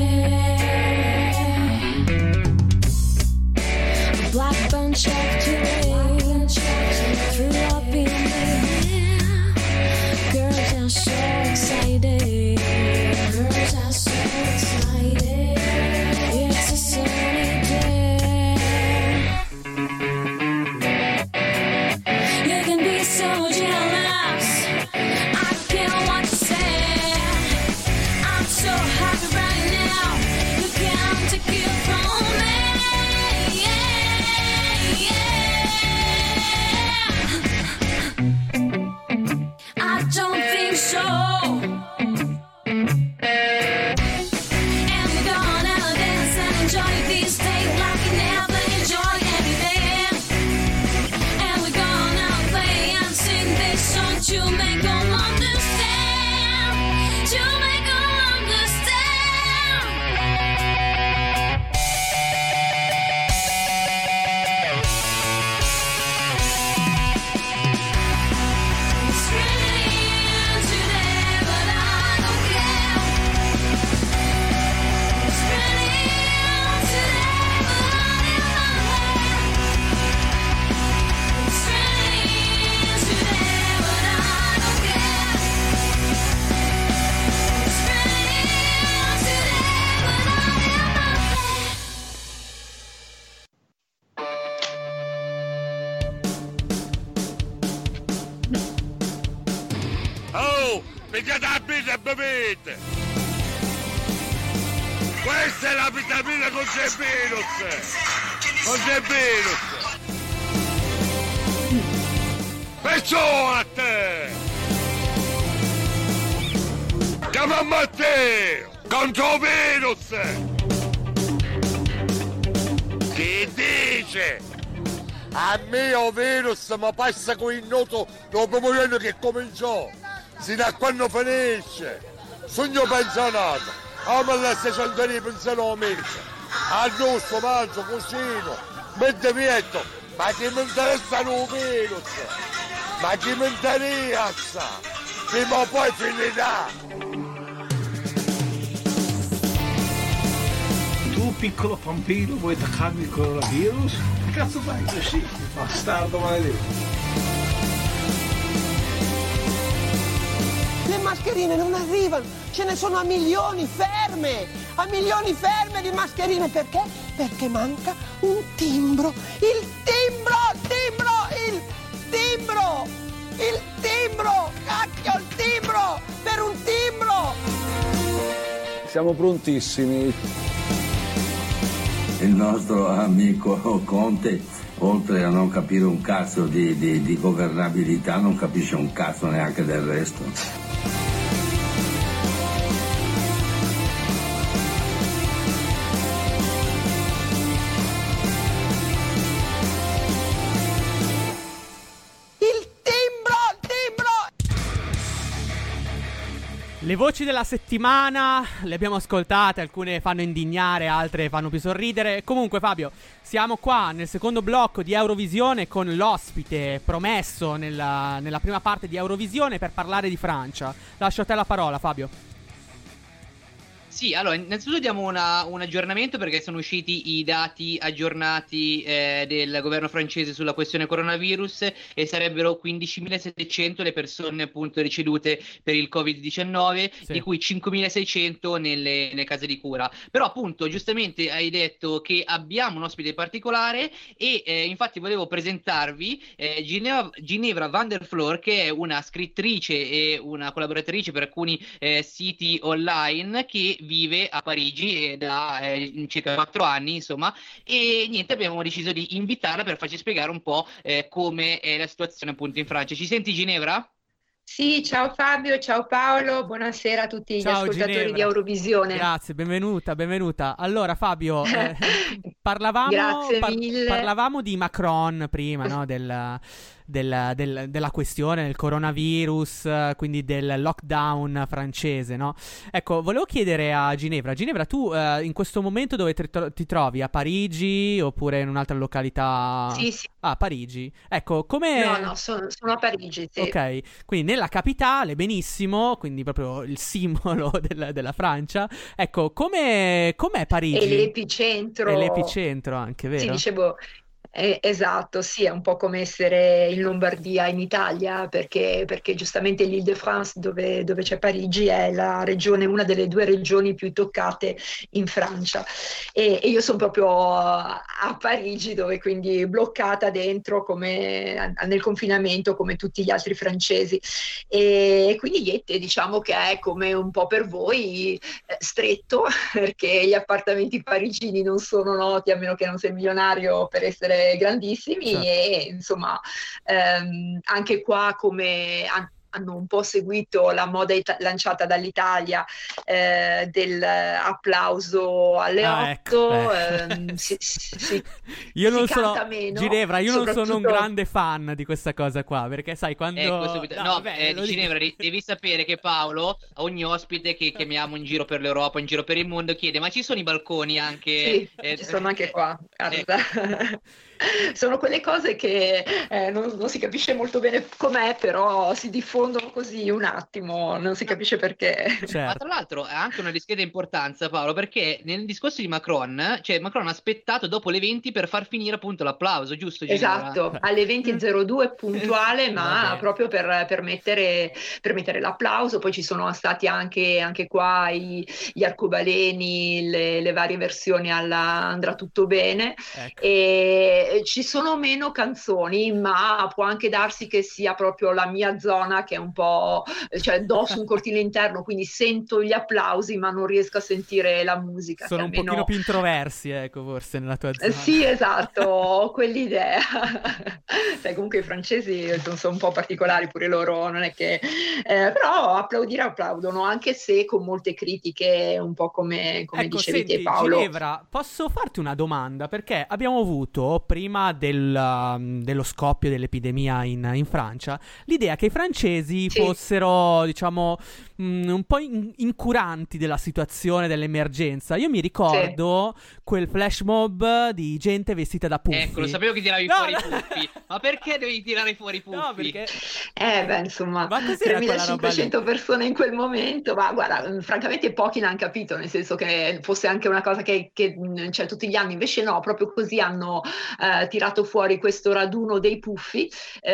day. A black bunch of today threw up in the air. Girls are so excited. Girls are so excited. It's a sunny day. You can be so jealous. I can't what to say. I'm so happy right now. You can't take it from me. Yeah, yeah. I don't think so. To make them understand, to make them understand. It's raining today, but I don't care. It's raining today, but I am not there. It's raining today, but I Oh, pigliate la birra e bevete! Questa è la vitamina con Cerberus! Con Cerberus! Persona a te! Chiama a Matteo! Contro virus! Che dice? A me o virus mi passa con il noto dopo morire che cominciò! Sino a quando finisce, sogno pensionato, a me la seicento di pensione mese, a giusto, mangio, cucino, mette vietto, ma chi mi interessa un virus, ma chi mi interessa, prima o poi finirà. Tu piccolo pampino vuoi attaccarmi il coronavirus? Che cazzo fai così, bastardo maledetto? Le mascherine non arrivano, ce ne sono a milioni ferme, a milioni ferme di mascherine, perché? Perché manca un timbro, il timbro, timbro, il timbro, il timbro, cacchio il timbro, per un timbro! Siamo prontissimi. Il nostro amico Conte, oltre a non capire un cazzo di, di, di governabilità, non capisce un cazzo neanche del resto. Le voci della settimana le abbiamo ascoltate, alcune fanno indignare, altre fanno più sorridere. Comunque Fabio, siamo qua nel secondo blocco di Eurovisione con l'ospite promesso nella, nella prima parte di Eurovisione per parlare di Francia. Lascio a te la parola, Fabio. Sì, allora, innanzitutto diamo una, un aggiornamento perché sono usciti i dati aggiornati eh, del governo francese sulla questione coronavirus e sarebbero quindicimilasettecento le persone appunto decedute per il covid diciannove, sì, di cui cinquemilaseicento nelle, nelle case di cura. Però appunto giustamente hai detto che abbiamo un ospite particolare e eh, infatti volevo presentarvi eh, Ginevra, Ginevra van der Floor, che è una scrittrice e una collaboratrice per alcuni eh, siti online che vive a Parigi da eh, circa quattro anni, insomma, e niente, abbiamo deciso di invitarla per farci spiegare un po' eh, come è la situazione appunto in Francia. Ci senti, Ginevra? Sì, ciao Fabio, ciao Paolo, buonasera a tutti gli ciao, ascoltatori Ginevra. di Eurovisione. Grazie, benvenuta, benvenuta. Allora Fabio, eh, parlavamo, Grazie par- mille. parlavamo di Macron prima, no? Del, del- del- della questione del coronavirus, eh, quindi del lockdown francese, no? Ecco, volevo chiedere a Ginevra. Ginevra, tu eh, in questo momento dove ti, tro- ti trovi? A Parigi oppure in un'altra località? Sì, sì. Ah, Parigi. Ecco, come... No, no, sono, sono a Parigi, sì. Ok, quindi nella capitale, benissimo, quindi proprio il simbolo del- della Francia. Ecco, come com'è Parigi? E l'epicentro. È l'epicentro anche, Sì, vero? dicevo, eh, esatto, sì, è un po' come essere in Lombardia in Italia, perché, perché giustamente l'Île-de-France, dove, dove c'è Parigi, è la regione, una delle due regioni più toccate in Francia. E, e io sono proprio a a Parigi, dove quindi bloccata dentro come a- nel confinamento, come tutti gli altri francesi. E quindi niente, diciamo che è come un po' per voi, eh, stretto, perché gli appartamenti parigini non sono noti, a meno che non sei milionario, per essere grandissimi. Certo. E insomma, ehm, anche qua come han- hanno un po' seguito la moda ita- lanciata dall'Italia, eh, dell'applauso alle Ah, ecco, otto, ecco. ehm, si, si- si- Io si non sono canta meno, Ginevra, io non sono un soprattutto- grande fan di questa cosa qua, perché sai quando Ecco subito. No, No, vabbè, eh, lo di dico- Ginevra, ri- devi sapere che Paolo, a ogni ospite che chiamiamo in giro per l'Europa, in giro per il mondo, chiede: ma ci sono i balconi anche? Sì, eh, ci sono anche qua, ecco. guarda. Sono quelle cose che eh, non, non si capisce molto bene com'è, però si diffondono così un attimo, non si capisce perché. Ma Certo. tra l'altro ha anche una discreta importanza, Paolo, perché nel discorso di Macron, cioè Macron ha aspettato dopo le venti per far finire appunto l'applauso, giusto Ginevra? Esatto, alle venti e zero due puntuale, ma Vabbè. proprio per, per mettere, per mettere l'applauso. Poi ci sono stati anche, anche qua i- gli arcobaleni, le, le varie versioni alla Andrà tutto bene. Ecco. E ci sono meno canzoni, ma può anche darsi che sia proprio la mia zona, che è un po', cioè do su un cortile interno, quindi sento gli applausi, ma non riesco a sentire la musica. Sono che un almeno- pochino più introversi, ecco, forse nella tua Eh, zona. Sì, esatto, ho quell'idea. Sai, comunque i francesi sono, sono un po' particolari pure loro, non è che... eh, però applaudire applaudono, anche se con molte critiche, un po' come, come Ecco, dicevi senti, te, Paolo. Ginevra, posso farti una domanda? Perché abbiamo avuto, prima del, um, dello scoppio dell'epidemia in, in Francia, l'idea che i francesi Sì. fossero, diciamo, mh, un po' in- incuranti della situazione, dell'emergenza. Io mi ricordo quel flash mob di gente vestita da puffi. Ecco, lo sapevo che tiravi No, fuori no. i puffi. Ma perché devi tirare fuori i puffi? No, perché... Eh beh, insomma, Ma cos'era quella roba lì? tremilacinquecento persone in quel momento, ma guarda, mh, francamente pochi l'hanno capito, nel senso che fosse anche una cosa che, che mh, c'è tutti gli anni, invece no, proprio così hanno eh, tirato fuori questo raduno dei puffi,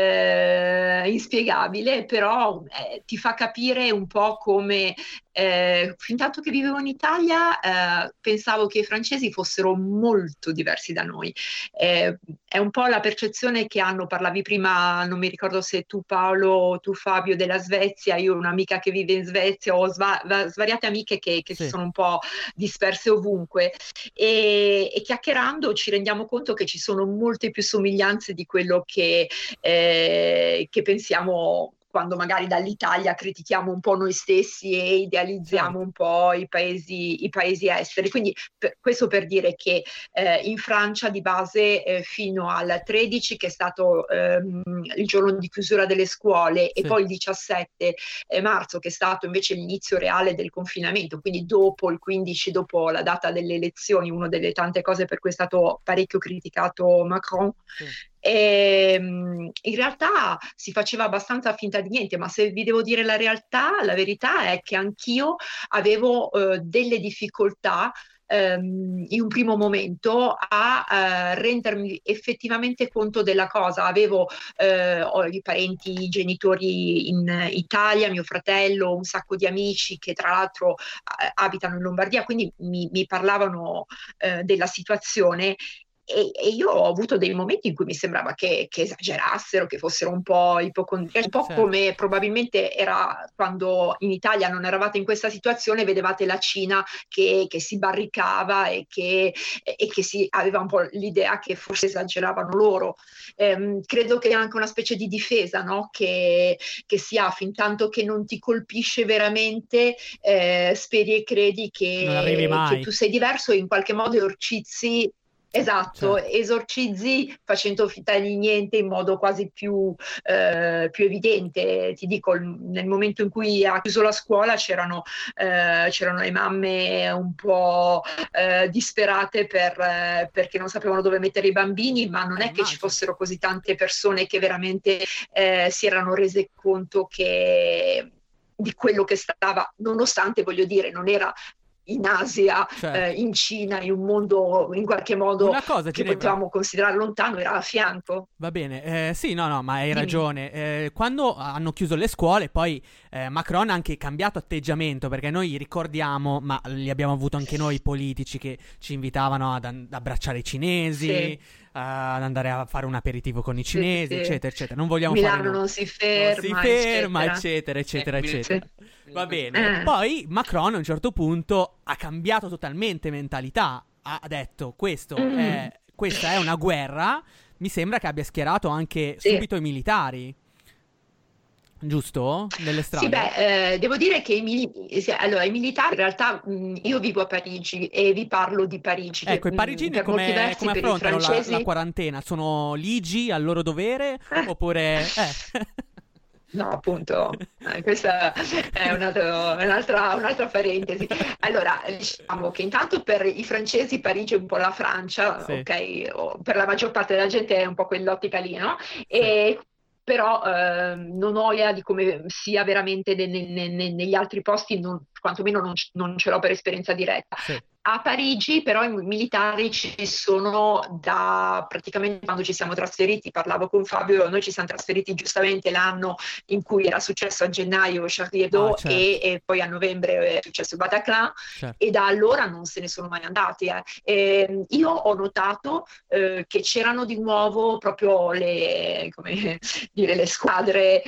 eh, inspiegabile, però eh, ti fa capire un po' come... Eh, fin tanto che vivevo in Italia, eh, pensavo che i francesi fossero molto diversi da noi. Eh, è un po' la percezione che hanno, parlavi prima, non mi ricordo se tu Paolo o tu Fabio, della Svezia. Io ho un'amica che vive in Svezia, ho sva- va- svariate amiche che, che Sì. si sono un po' disperse ovunque, e, e chiacchierando ci rendiamo conto che ci sono molte più somiglianze di quello che, eh, che pensiamo quando magari dall'Italia critichiamo un po' noi stessi e idealizziamo un po' i paesi, i paesi esteri. Quindi per- questo per dire che eh, in Francia di base eh, fino al tredici, che è stato ehm, il giorno di chiusura delle scuole, e Sì. poi il diciassette marzo, che è stato invece l'inizio reale del confinamento, quindi dopo il quindici, dopo la data delle elezioni, una delle tante cose per cui è stato parecchio criticato Macron. Sì. E, mh, in realtà si faceva abbastanza finta di niente, ma se vi devo dire la realtà, la verità è che anch'io avevo eh, delle difficoltà ehm, in un primo momento a eh, rendermi effettivamente conto della cosa. Avevo eh, ho i parenti, i genitori in Italia, mio fratello, un sacco di amici che tra l'altro eh, abitano in Lombardia, quindi mi, mi parlavano eh, della situazione. E, e io ho avuto dei momenti in cui mi sembrava che, che esagerassero, che fossero un po' ipocondriaci, un po' Certo. come probabilmente era quando in Italia non eravate in questa situazione, vedevate la Cina che, che si barricava e che, e che si aveva un po' l'idea che forse esageravano loro. Ehm, credo che è anche una specie di difesa, no? che, che si ha fin tanto che non ti colpisce veramente, eh, speri e credi che, Non arrivi mai. che tu sei diverso e in qualche modo esorcizzi Esatto, Certo. esorcizzi facendo finta di niente in modo quasi più, eh, più evidente. Ti dico, il- nel momento in cui ha chiuso la scuola c'erano eh, c'erano le mamme un po' eh, disperate per, eh, perché non sapevano dove mettere i bambini, ma non è che ci fossero così tante persone che veramente eh, si erano rese conto che di quello che stava, nonostante, voglio dire, non era in Asia, Certo. eh, in Cina, in un mondo in qualche modo Una cosa, che Ginevra. potevamo considerare lontano, era a fianco. Va bene, eh, sì, no, no, ma hai Dimmi. ragione. Eh, quando hanno chiuso le scuole, poi eh, Macron ha anche cambiato atteggiamento, perché noi ricordiamo, ma li abbiamo avuto anche noi politici che ci invitavano ad, ad abbracciare i cinesi, Sì. eh, ad andare a fare un aperitivo con i Sì, cinesi, sì. eccetera, eccetera. Non vogliamo Milano fare no- non si non ferma, si ferma, eccetera, eccetera. eccetera, Eh, eccetera. sì. Va bene. Eh. Poi Macron a un certo punto ha cambiato totalmente mentalità. Ha detto: questo Mm. è, questa è una guerra. Mi sembra che abbia schierato anche Sì. subito i militari. Giusto? Nelle strade. Sì, beh, eh, devo dire che i, mili- sì, allora, i militari, in realtà, mh, io vivo a Parigi e vi parlo di Parigi. che, Ecco, i mh, parigini per molti come, versi, come per i affrontano la, francesi, la quarantena? Sono ligi al loro dovere? Oppure... Eh. no, appunto, eh, questa è un altro- un'altra, un'altra parentesi. Allora, diciamo che intanto per i francesi Parigi è un po' la Francia, Sì. ok? O per la maggior parte della gente è un po' quell'ottica lì, no? E però eh, non ho idea di come sia veramente ne- ne- ne- negli altri posti, non- quantomeno non, c- non ce l'ho per esperienza diretta. Sì. A Parigi però i militari ci sono da praticamente quando ci siamo trasferiti, parlavo con Fabio, noi ci siamo trasferiti giustamente l'anno in cui era successo a gennaio Charlie Hebdo Ah, certo. e, e poi a novembre è successo il Bataclan Certo. e da allora non se ne sono mai andati. eh. E io ho notato eh, che c'erano di nuovo proprio le, come dire, le squadre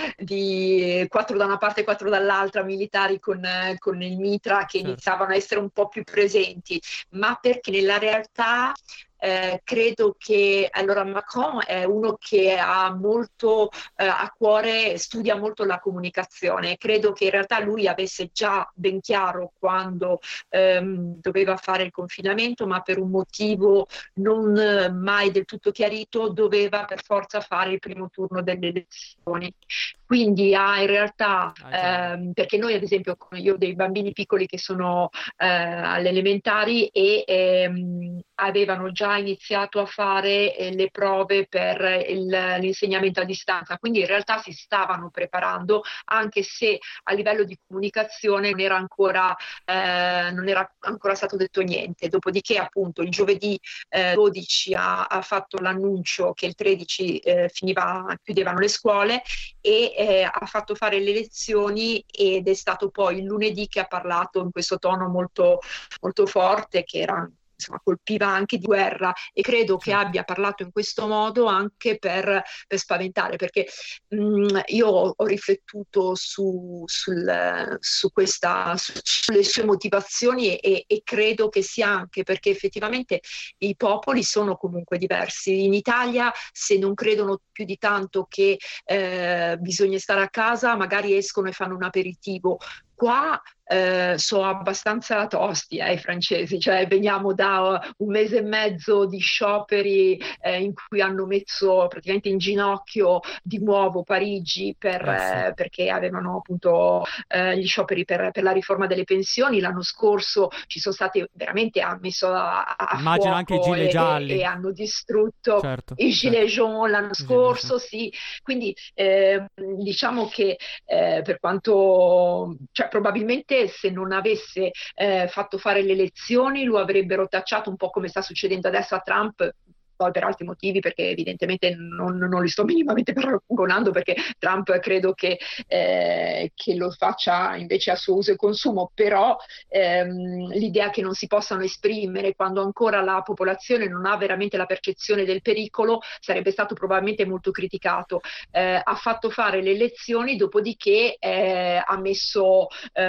di quattro da una parte e quattro dall'altra, militari con, eh, con il mitra che Certo. iniziavano a essere un po' più presenti, ma perché nella realtà eh, credo che allora Macron è uno che ha molto eh, a cuore, studia molto la comunicazione. Credo che in realtà lui avesse già ben chiaro quando ehm, doveva fare il confinamento, ma per un motivo non eh, mai del tutto chiarito doveva per forza fare il primo turno delle elezioni. Quindi ha in realtà, ehm, perché noi ad esempio, io ho dei bambini piccoli che sono eh, alle elementari e ehm, avevano già iniziato a fare eh, le prove per il- l'insegnamento a distanza, quindi in realtà si stavano preparando, anche se a livello di comunicazione non era ancora, eh, non era ancora stato detto niente. Dopodiché appunto il giovedì eh, dodici ha, ha fatto l'annuncio che il tredici eh, finiva, chiudevano le scuole e eh, ha fatto fare le lezioni ed è stato poi il lunedì che ha parlato in questo tono molto, molto forte che era, insomma, colpiva anche di guerra e credo che abbia parlato in questo modo anche per, per spaventare, perché mh, io ho, ho riflettuto su, sul, su questa, su- sulle sue motivazioni e, e credo che sia anche perché effettivamente i popoli sono comunque diversi. In Italia, se non credono più di tanto che eh, bisogna stare a casa, magari escono e fanno un aperitivo. Qua eh, sono abbastanza tosti eh, i francesi, cioè veniamo da uh, un mese e mezzo di scioperi eh, in cui hanno messo praticamente in ginocchio di nuovo Parigi per, Eh, sì. eh, perché avevano appunto eh, gli scioperi per, per la riforma delle pensioni. L'anno scorso ci sono stati veramente, ha messo a, a Immagino anche i fuoco gilet e, gialli. e hanno distrutto Certo, i gilet jaune l'anno gilet scorso, sì. Quindi eh, diciamo che eh, per quanto, cioè probabilmente se non avesse eh, fatto fare le elezioni lo avrebbero tacciato un po' come sta succedendo adesso a Trump, poi per altri motivi, perché evidentemente non, non li sto minimamente paragonando, perché Trump credo che, eh, che lo faccia invece a suo uso e consumo, però ehm, l'idea che non si possano esprimere quando ancora la popolazione non ha veramente la percezione del pericolo sarebbe stato probabilmente molto criticato. Eh, ha fatto fare le elezioni, dopodiché eh, ha messo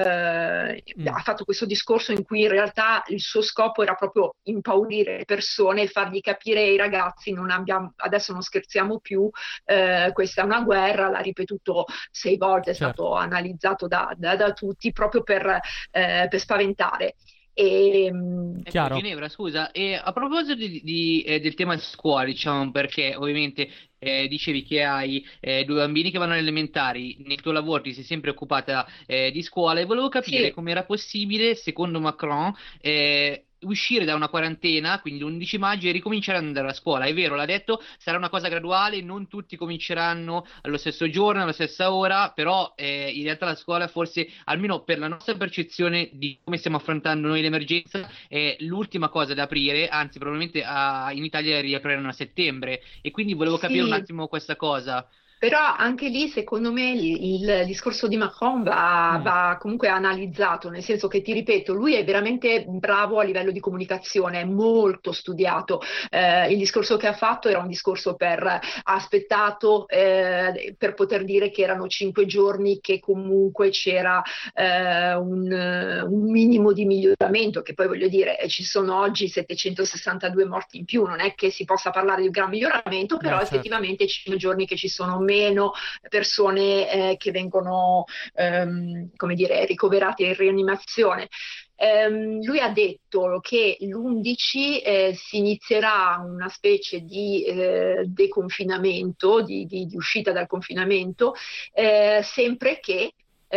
eh, Mm. ha fatto questo discorso in cui in realtà il suo scopo era proprio impaurire le persone e fargli capire ai ragazzi non abbiamo, adesso non scherziamo più, eh, questa è una guerra, l'ha ripetuto sei volte, è Certo. stato analizzato da, da- da tutti proprio per, eh, per spaventare. E, mm, Ecco, Chiaro. Ginevra, scusa, e a proposito di, di, eh, del tema scuola, diciamo, perché ovviamente eh, dicevi che hai eh, due bambini che vanno alle elementari, nel tuo lavoro ti sei sempre occupata eh, di scuola e volevo capire Sì. come era possibile, secondo Macron, eh, uscire da una quarantena, quindi l'undici maggio, e ricominciare ad andare a scuola. È vero, l'ha detto, sarà una cosa graduale, non tutti cominceranno allo stesso giorno, alla stessa ora, però eh, in realtà la scuola forse, almeno per la nostra percezione di come stiamo affrontando noi l'emergenza, è l'ultima cosa da aprire, anzi probabilmente a- in Italia riapriranno a settembre, e quindi volevo capire un Sì. attimo questa cosa. Però anche lì, secondo me, il, il discorso di Macron va, Mm. va comunque analizzato, nel senso che, ti ripeto, lui è veramente bravo a livello di comunicazione, è molto studiato. Eh, il discorso che ha fatto era un discorso per, ha aspettato eh, per poter dire che erano cinque giorni, che comunque c'era eh, un, un minimo di miglioramento, che poi voglio dire, eh, ci sono oggi settecentosessantadue morti in più, non è che si possa parlare di un gran miglioramento, però Beh, certo. effettivamente ci sono giorni che ci sono meno persone eh, che vengono, ehm, come dire, ricoverate in rianimazione. Ehm, lui ha detto che l'undici eh, si inizierà una specie di eh, deconfinamento, di, di- di uscita dal confinamento, eh, sempre che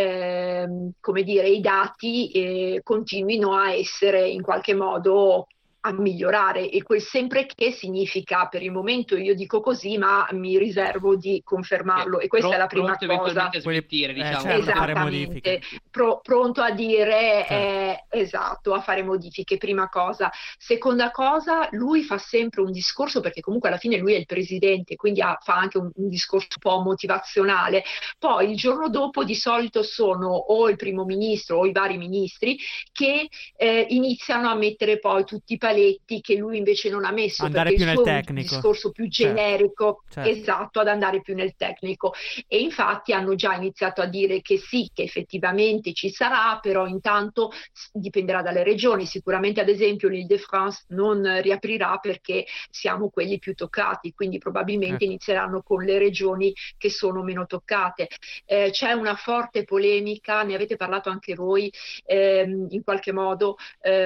ehm, come dire, i dati eh, continuino a essere in qualche modo a migliorare, e quel sempre che significa, per il momento io dico così, ma mi riservo di confermarlo, e questa Pro- è la prima pronto cosa. eventualmente a smentire, Eh, diciamo. certo, a fare modifiche. Esattamente, Pro- pronto a dire Certo. eh, esatto, a fare modifiche, prima cosa. Seconda cosa, lui fa sempre un discorso, perché comunque alla fine lui è il presidente, quindi ha- fa anche un, un discorso un po' motivazionale. Poi il giorno dopo di solito sono o il primo ministro o i vari ministri che eh, iniziano a mettere poi tutti i paletti che lui invece non ha messo, Andare perché più il nel suo è un tecnico. discorso più Certo. generico, Certo. esatto, ad andare più nel tecnico. E infatti hanno già iniziato a dire che sì, che effettivamente ci sarà, però intanto s- dipenderà dalle regioni. Sicuramente, ad esempio, l'Île-de-France non riaprirà perché siamo quelli più toccati, quindi probabilmente Ecco. inizieranno con le regioni che sono meno toccate. Eh, c'è una forte polemica, ne avete parlato anche voi, ehm, in qualche modo,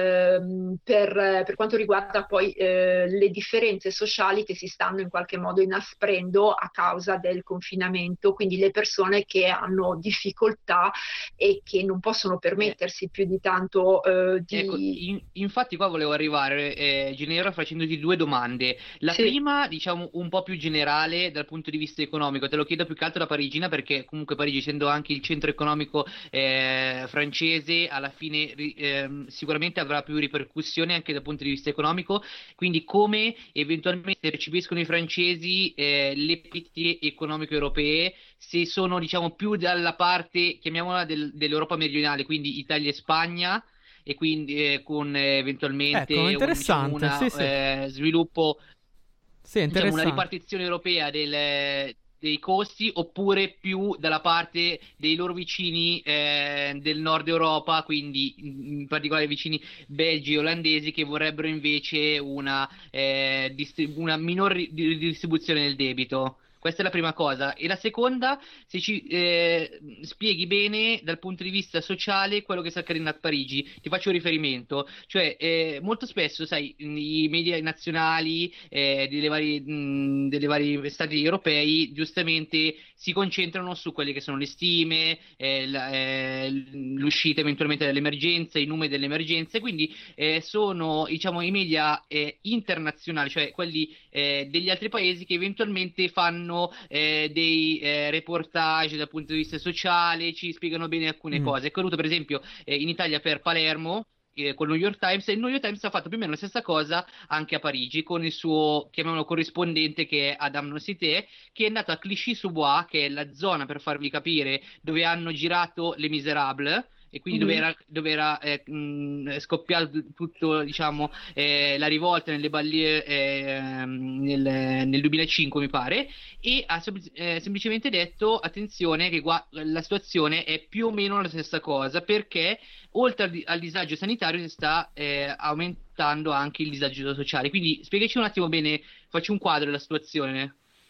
ehm, per, per quanto riguarda poi eh, le differenze sociali che si stanno in qualche modo inasprendo a causa del confinamento, quindi le persone che hanno difficoltà e che non possono permettersi più di tanto eh, di... Ecco, in- infatti qua volevo arrivare, eh, Ginevra, facendoti due domande. La Sì. prima, diciamo, un po' più generale dal punto di vista economico, te lo chiedo più che altro da parigina, perché comunque Parigi, essendo anche il centro economico eh, francese, alla fine ri- ehm, sicuramente avrà più ripercussioni anche dal punto di vista economico, quindi come eventualmente percepiscono i francesi eh, le politiche economiche europee, se sono, diciamo, più dalla parte, chiamiamola, del- dell'Europa meridionale, quindi Italia e Spagna, e quindi eh, con eh, eventualmente Ecco, un- interessante, diciamo, una sì, sì. eh, sviluppo, Sì, è diciamo, una interessante. ripartizione europea del- dei costi, oppure più dalla parte dei loro vicini eh, del nord Europa, quindi in in particolare i vicini belgi e olandesi, che vorrebbero invece una, eh, distri- una minor ri- di- distribuzione del debito. Questa è la prima cosa. E la seconda, se ci eh, spieghi bene dal punto di vista sociale quello che sta accadendo a Parigi. Ti faccio un riferimento, cioè eh, molto spesso, sai, i media nazionali eh, delle varie, mh, delle vari stati europei giustamente si concentrano su quelle che sono le stime, eh, la- eh, l'uscita eventualmente dall'emergenza, i numeri delle emergenze, quindi eh, sono, diciamo, i media eh, internazionali, cioè quelli eh, degli altri paesi, che eventualmente fanno eh, dei eh, reportage dal punto di vista sociale, ci spiegano bene alcune Mm. cose. È accaduto per esempio eh, in Italia per Palermo eh, con il New York Times, e il New York Times ha fatto più o meno la stessa cosa anche a Parigi con il suo, chiamiamolo, corrispondente, che è Adam Nosité, che è andato a Clichy-sous-Bois, che è la zona, per farvi capire, dove hanno girato Les Miserables, e quindi dove Mhm. era, dove era eh, mh, scoppiato tutto, diciamo, eh, la rivolta nelle Banlieue eh, nel, nel duemilacinque, mi pare, e ha sempl- eh, semplicemente detto: attenzione, che qua la situazione è più o meno la stessa cosa, perché oltre al, di- al disagio sanitario si sta eh, aumentando anche il disagio sociale. Quindi spiegaci un attimo bene, facci un quadro della situazione.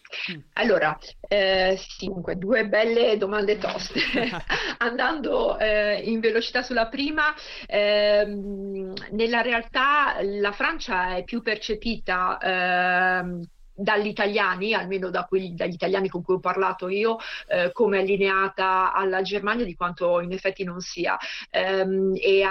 Allora, eh, sì, comunque, due belle domande toste. Andando eh, in velocità sulla prima, ehm, nella realtà la Francia è più percepita ehm, dagli italiani, almeno da quelli, dagli italiani con cui ho parlato io, eh, come allineata alla Germania, di quanto in effetti non sia. Ehm, e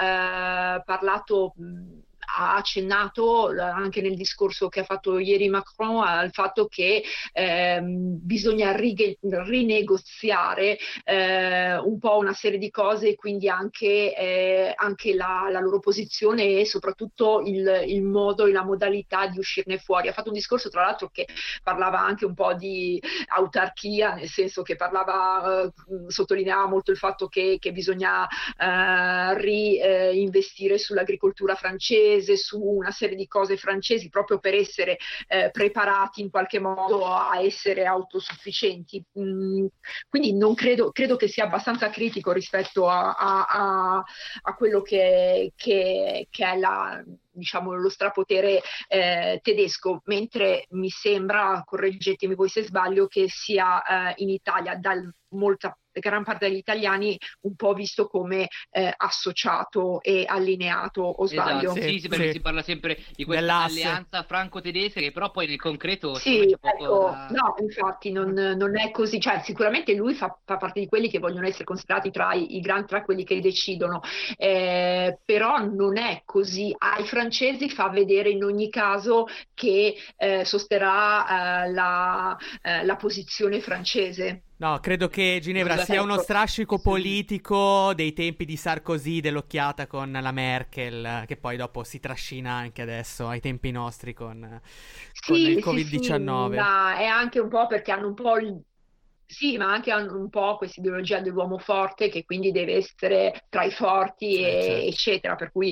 ha eh, parlato... mh, ha accennato anche nel discorso che ha fatto ieri Macron al fatto che ehm, bisogna righe- rinegoziare eh, un po' una serie di cose, quindi anche, eh, anche la, la loro posizione e soprattutto il, il modo e la modalità di uscirne fuori. Ha fatto un discorso tra l'altro che parlava anche un po' di autarchia, nel senso che parlava, eh, sottolineava molto il fatto che, che bisogna eh, reinvestire eh, sull'agricoltura francese, su una serie di cose francesi proprio per essere eh, preparati in qualche modo a essere autosufficienti. Mm, quindi non credo, credo che sia abbastanza critico rispetto a, a, a, a quello che, che, che è la, diciamo, lo strapotere eh, tedesco, mentre mi sembra, correggetemi voi se sbaglio, che sia eh, in Italia dal molta gran parte degli italiani un po' visto come eh, associato e allineato, o sbaglio? Esatto, sì, sì, perché sì. si parla sempre di questa Dell'asse. alleanza franco-tedesca che però poi nel concreto Sì, c'è poco ecco, da... no, infatti non, non è così, cioè sicuramente lui fa, fa parte di quelli che vogliono essere considerati tra i, i grandi, tra quelli che decidono, eh, però non è così. Ai francesi fa vedere in ogni caso che eh, sosterrà eh, la, eh, la posizione francese. No, credo che Ginevra Scusa, sia uno ecco. strascico politico dei tempi di Sarkozy, dell'occhiata con la Merkel, che poi dopo si trascina anche adesso, ai tempi nostri, con, con Sì, il sì, covid diciannove. sì, ma è anche un po' perché hanno un po' il- sì, ma anche hanno un po' questa ideologia dell'uomo forte che quindi deve essere tra i forti, Eh, e- certo. eccetera, per cui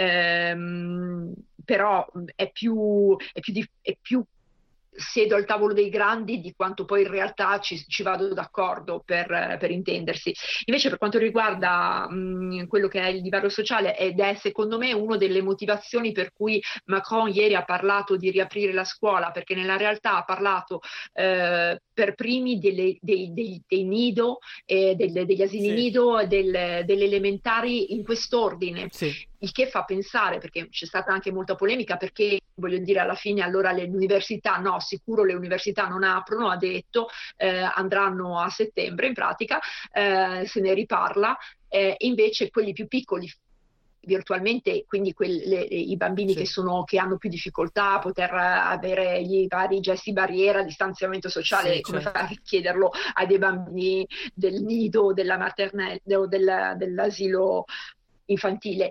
ehm, però è più, è più, dif- è più siedo al tavolo dei grandi di quanto poi in realtà ci, ci vado d'accordo, per, per intendersi. Invece per quanto riguarda mh, quello che è il divario sociale, ed è secondo me una delle motivazioni per cui Macron ieri ha parlato di riaprire la scuola, perché nella realtà ha parlato eh, per primi delle, dei, dei, dei nido, eh, delle- degli asili Sì. nido, e del- delle elementari in quest'ordine. Sì. Il che fa pensare, perché c'è stata anche molta polemica, perché voglio dire alla fine allora le università, no, sicuro le università non aprono, ha detto, eh, andranno a settembre in pratica, eh, se ne riparla, eh, invece quelli più piccoli virtualmente, quindi quelle- i bambini Sì. che sono, che hanno più difficoltà a poter avere i vari gesti barriera, distanziamento sociale, Sì, come certo. fai a chiederlo ai dei bambini del nido, della maternelle o del- dell'asilo infantile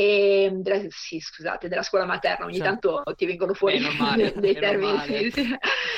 e della- sì, scusate, della scuola materna, ogni Certo. tanto ti vengono fuori È normale, dei è termini, normale. sì, sì.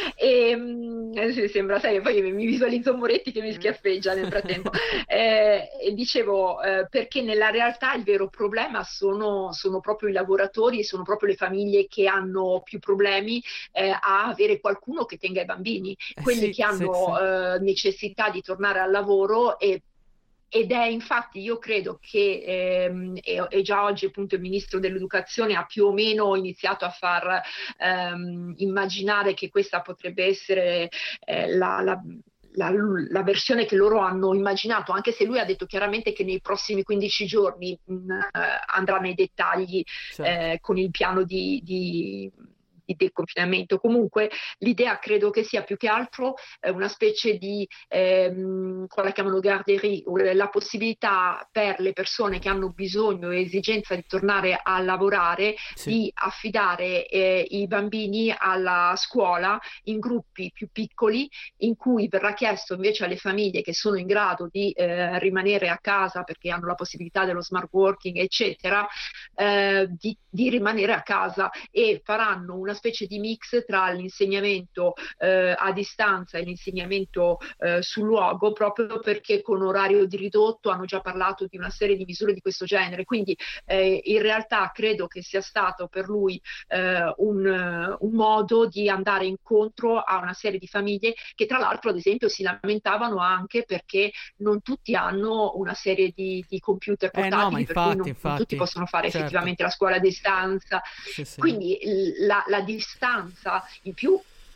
E, mm, eh, sì, sembra, sai, poi mi visualizzo Moretti che mi schiaffeggia nel frattempo. Eh, e dicevo, eh, perché nella realtà il vero problema sono, sono proprio i lavoratori, sono proprio le famiglie che hanno più problemi eh, a avere qualcuno che tenga i bambini, Eh, quelli sì, che sì, hanno sì. eh, necessità di tornare al lavoro. E ed è infatti, io credo che ehm, e, e già oggi appunto il ministro dell'educazione ha più o meno iniziato a far ehm, immaginare che questa potrebbe essere eh, la, la- la- la versione che loro hanno immaginato, anche se lui ha detto chiaramente che nei prossimi quindici giorni mh, eh, andrà nei dettagli Certo. eh, con il piano di, di- di deconfinamento. Comunque l'idea credo che sia più che altro eh, una specie di ehm, quella che chiamano garderie, o la possibilità per le persone che hanno bisogno e esigenza di tornare a lavorare Sì. di affidare eh, i bambini alla scuola in gruppi più piccoli, in cui verrà chiesto invece alle famiglie che sono in grado di eh, rimanere a casa perché hanno la possibilità dello smart working, eccetera, eh, di, di rimanere a casa, e faranno una specie di mix tra l'insegnamento eh, a distanza e l'insegnamento eh, sul luogo, proprio perché con orario di ridotto hanno già parlato di una serie di misure di questo genere. Quindi eh, in realtà credo che sia stato per lui eh, un, un modo di andare incontro a una serie di famiglie che tra l'altro ad esempio si lamentavano anche perché non tutti hanno una serie di, di computer Eh, no, portatili, ma per cui infatti, non, non infatti, tutti possono fare certo. effettivamente la scuola a distanza. Sì, sì. Quindi l- la, la distanza in più,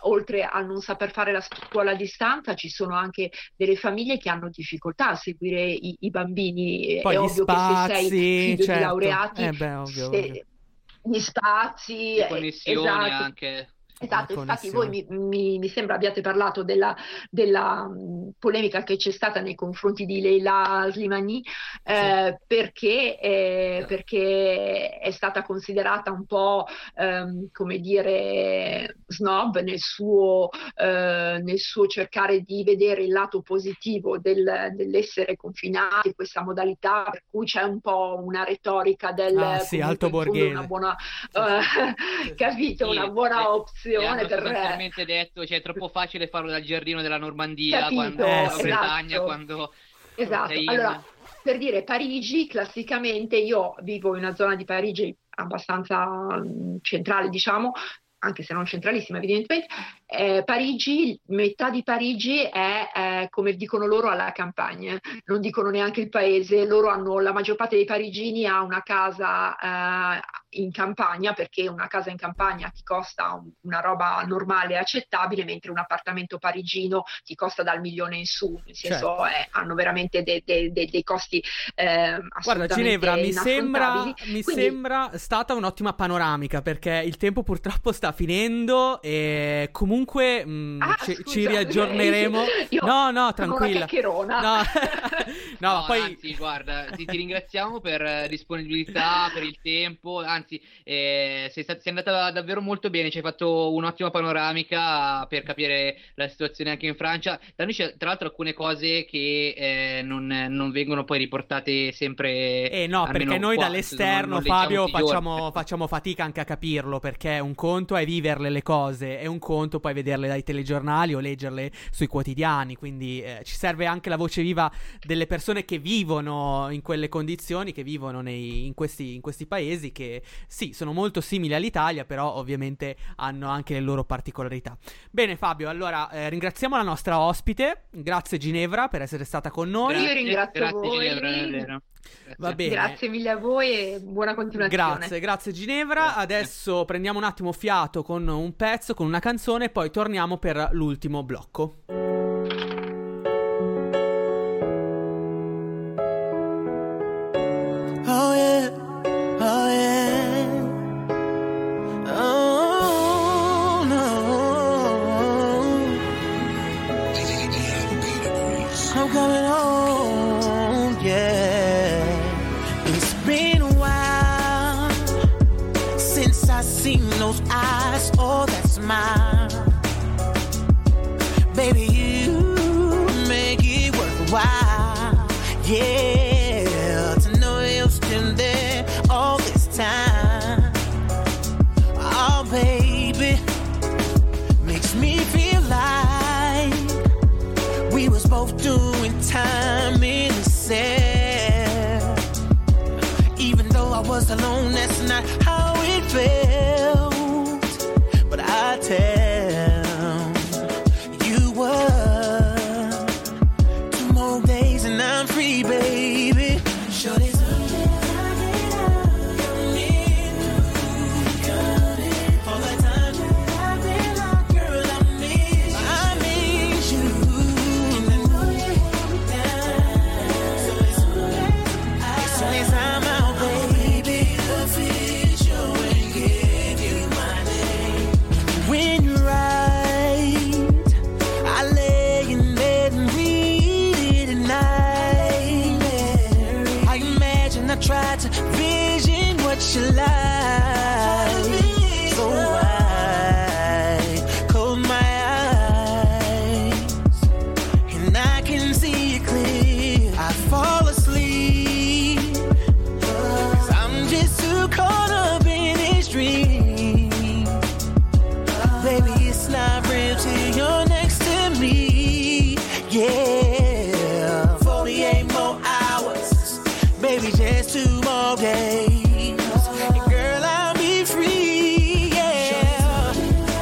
oltre a non saper fare la scuola a distanza, ci sono anche delle famiglie che hanno difficoltà a seguire i, i bambini. Poi È gli ovvio spazi, che se sei figlio certo. di laureati, Eh beh, ovvio, se- ovvio. gli spazi, Le eh, connessioni esatto. anche. Esatto, La infatti voi connessione. mi, mi- mi sembra abbiate parlato della, della, mh, polemica che c'è stata nei confronti di Leila Slimani, eh, perché, eh, perché è stata considerata un po', ehm, come dire, snob nel suo, eh, nel suo cercare di vedere il lato positivo del- dell'essere confinati, questa modalità per cui c'è un po' una retorica del Ah, sì, comunque alto in fondo borghese. una buona, eh, capito, una buona Le opzione hanno per sostanzialmente detto, cioè è troppo facile farlo dal giardino della Normandia, Capito, quando Eh, la sì. Bretagna, esatto. quando Esatto, sei in- allora per dire Parigi, classicamente io vivo in una zona di Parigi abbastanza mh, centrale, diciamo, anche se non centralissima evidentemente. Eh, Parigi, metà di Parigi è, eh, come dicono loro, alla campagna, non dicono neanche il paese, loro hanno, la maggior parte dei parigini ha una casa eh, in campagna, perché una casa in campagna ti costa un- una roba normale e accettabile, mentre un appartamento parigino ti costa dal milione in su, nel senso Certo. eh, hanno veramente de- de- de- dei costi eh, Guarda, assolutamente Ginevra, mi sembra, inaffrontabili. mi Quindi- sembra stata un'ottima panoramica, perché il tempo purtroppo sta finendo e comunque mh, Ah, ci, scusa, ci riaggiorneremo. io No, no, sono una tranquilla. chiacchierona. No, no, No, poi anzi, guarda, ti, ti ringraziamo per eh, disponibilità, per il tempo, anzi, eh, sei, sta- sei andata davvero molto bene, ci hai fatto un'ottima panoramica per capire la situazione anche in Francia. Da noi c'è tra l'altro alcune cose che eh, non, non vengono poi riportate sempre. Eh no, almeno perché noi qua, dall'esterno, non- non leggiamo Fabio, tutti i giorni. facciamo, facciamo fatica anche a capirlo, perché un conto è viverle le cose e un conto poi vederle dai telegiornali o leggerle sui quotidiani, quindi eh, ci serve anche la voce viva delle persone che vivono in quelle condizioni, che vivono nei- in, questi, in questi paesi che sì, sono molto simili all'Italia, però ovviamente hanno anche le loro particolarità. Bene Fabio, allora eh, ringraziamo la nostra ospite, grazie Ginevra per essere stata con noi. Io ringrazio grazie, voi. Ginevra, è vero. Va bene. Grazie mille a voi e buona continuazione. Grazie, grazie Ginevra. Adesso prendiamo un attimo fiato con un pezzo, con una canzone, e poi torniamo per l'ultimo blocco. Oh yeah, oh yeah. Oh no. I'm coming home, yeah. It's been a while since I seen those eyes, oh that smile. Baby, you make it worthwhile, yeah. To know you're still there all this time, oh baby, makes me feel like we was both doing time in the cell. Even though I was alone, that's not how it felt. But I tell you what, two more days and I'm free, baby. Shorty's tried to vision what you like, so I close my eyes and I can see it clear. I fall asleep 'cause I'm just too caught up in this dream. Baby, it's not real till you're next to me, yeah. forty-eight more hours, baby, just two more days. And girl, I'll be free, yeah.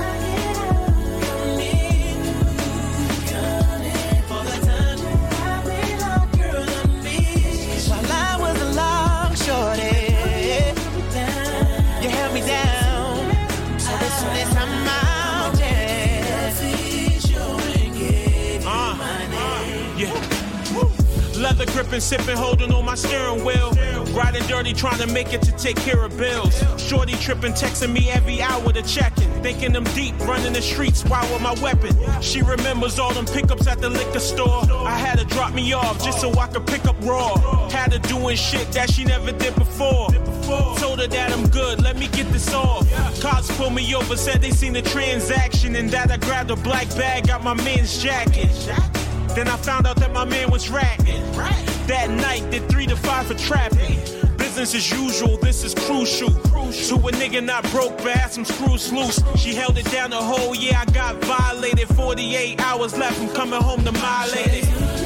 While I was along, shorty, you held me down. So as soon as I'm out, gripping, sipping, holding on my steering wheel. Riding dirty, trying to make it to take care of bills. Shorty tripping, texting me every hour to checking. Thinking I'm deep, running the streets, wild with my weapon. She remembers all them pickups at the liquor store. I had her drop me off just so I could pick up raw. Had her doing shit that she never did before. Told her that I'm good, let me get this off. Cops pulled me over, said they seen the transaction, and that I grabbed a black bag out my man's jacket. Then I found out that my man was ratting. That night, did three to five for trapping. Business as usual, this is crucial. To a nigga not broke, but had some screws loose. She held it down the whole year, I got violated. forty-eight hours left, I'm coming home to my lady.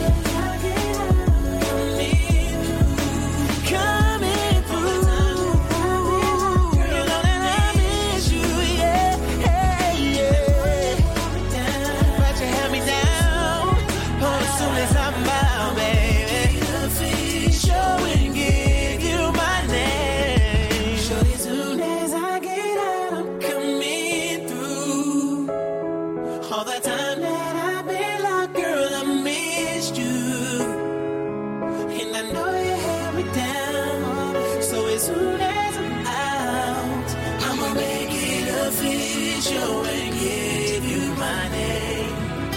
Coming through, you know that I miss you, yeah, yeah, yeah. But you held me down, oh, as soon as I'm out, baby. Show and give you my name. As soon as I get out, I'm coming through. All the time that I've been locked, girl, I missed you. And I know you held me down. So as soon as I'm out, I'ma make it official and give you my name.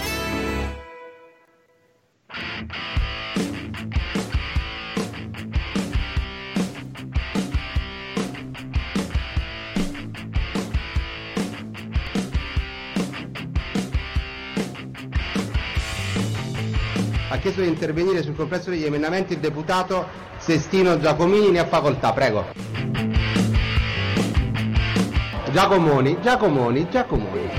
Ha chiesto di intervenire sul complesso degli emendamenti il deputato Sestino Giacomini, ne ha facoltà, prego. Giacomoni, Giacomoni, Giacomoni.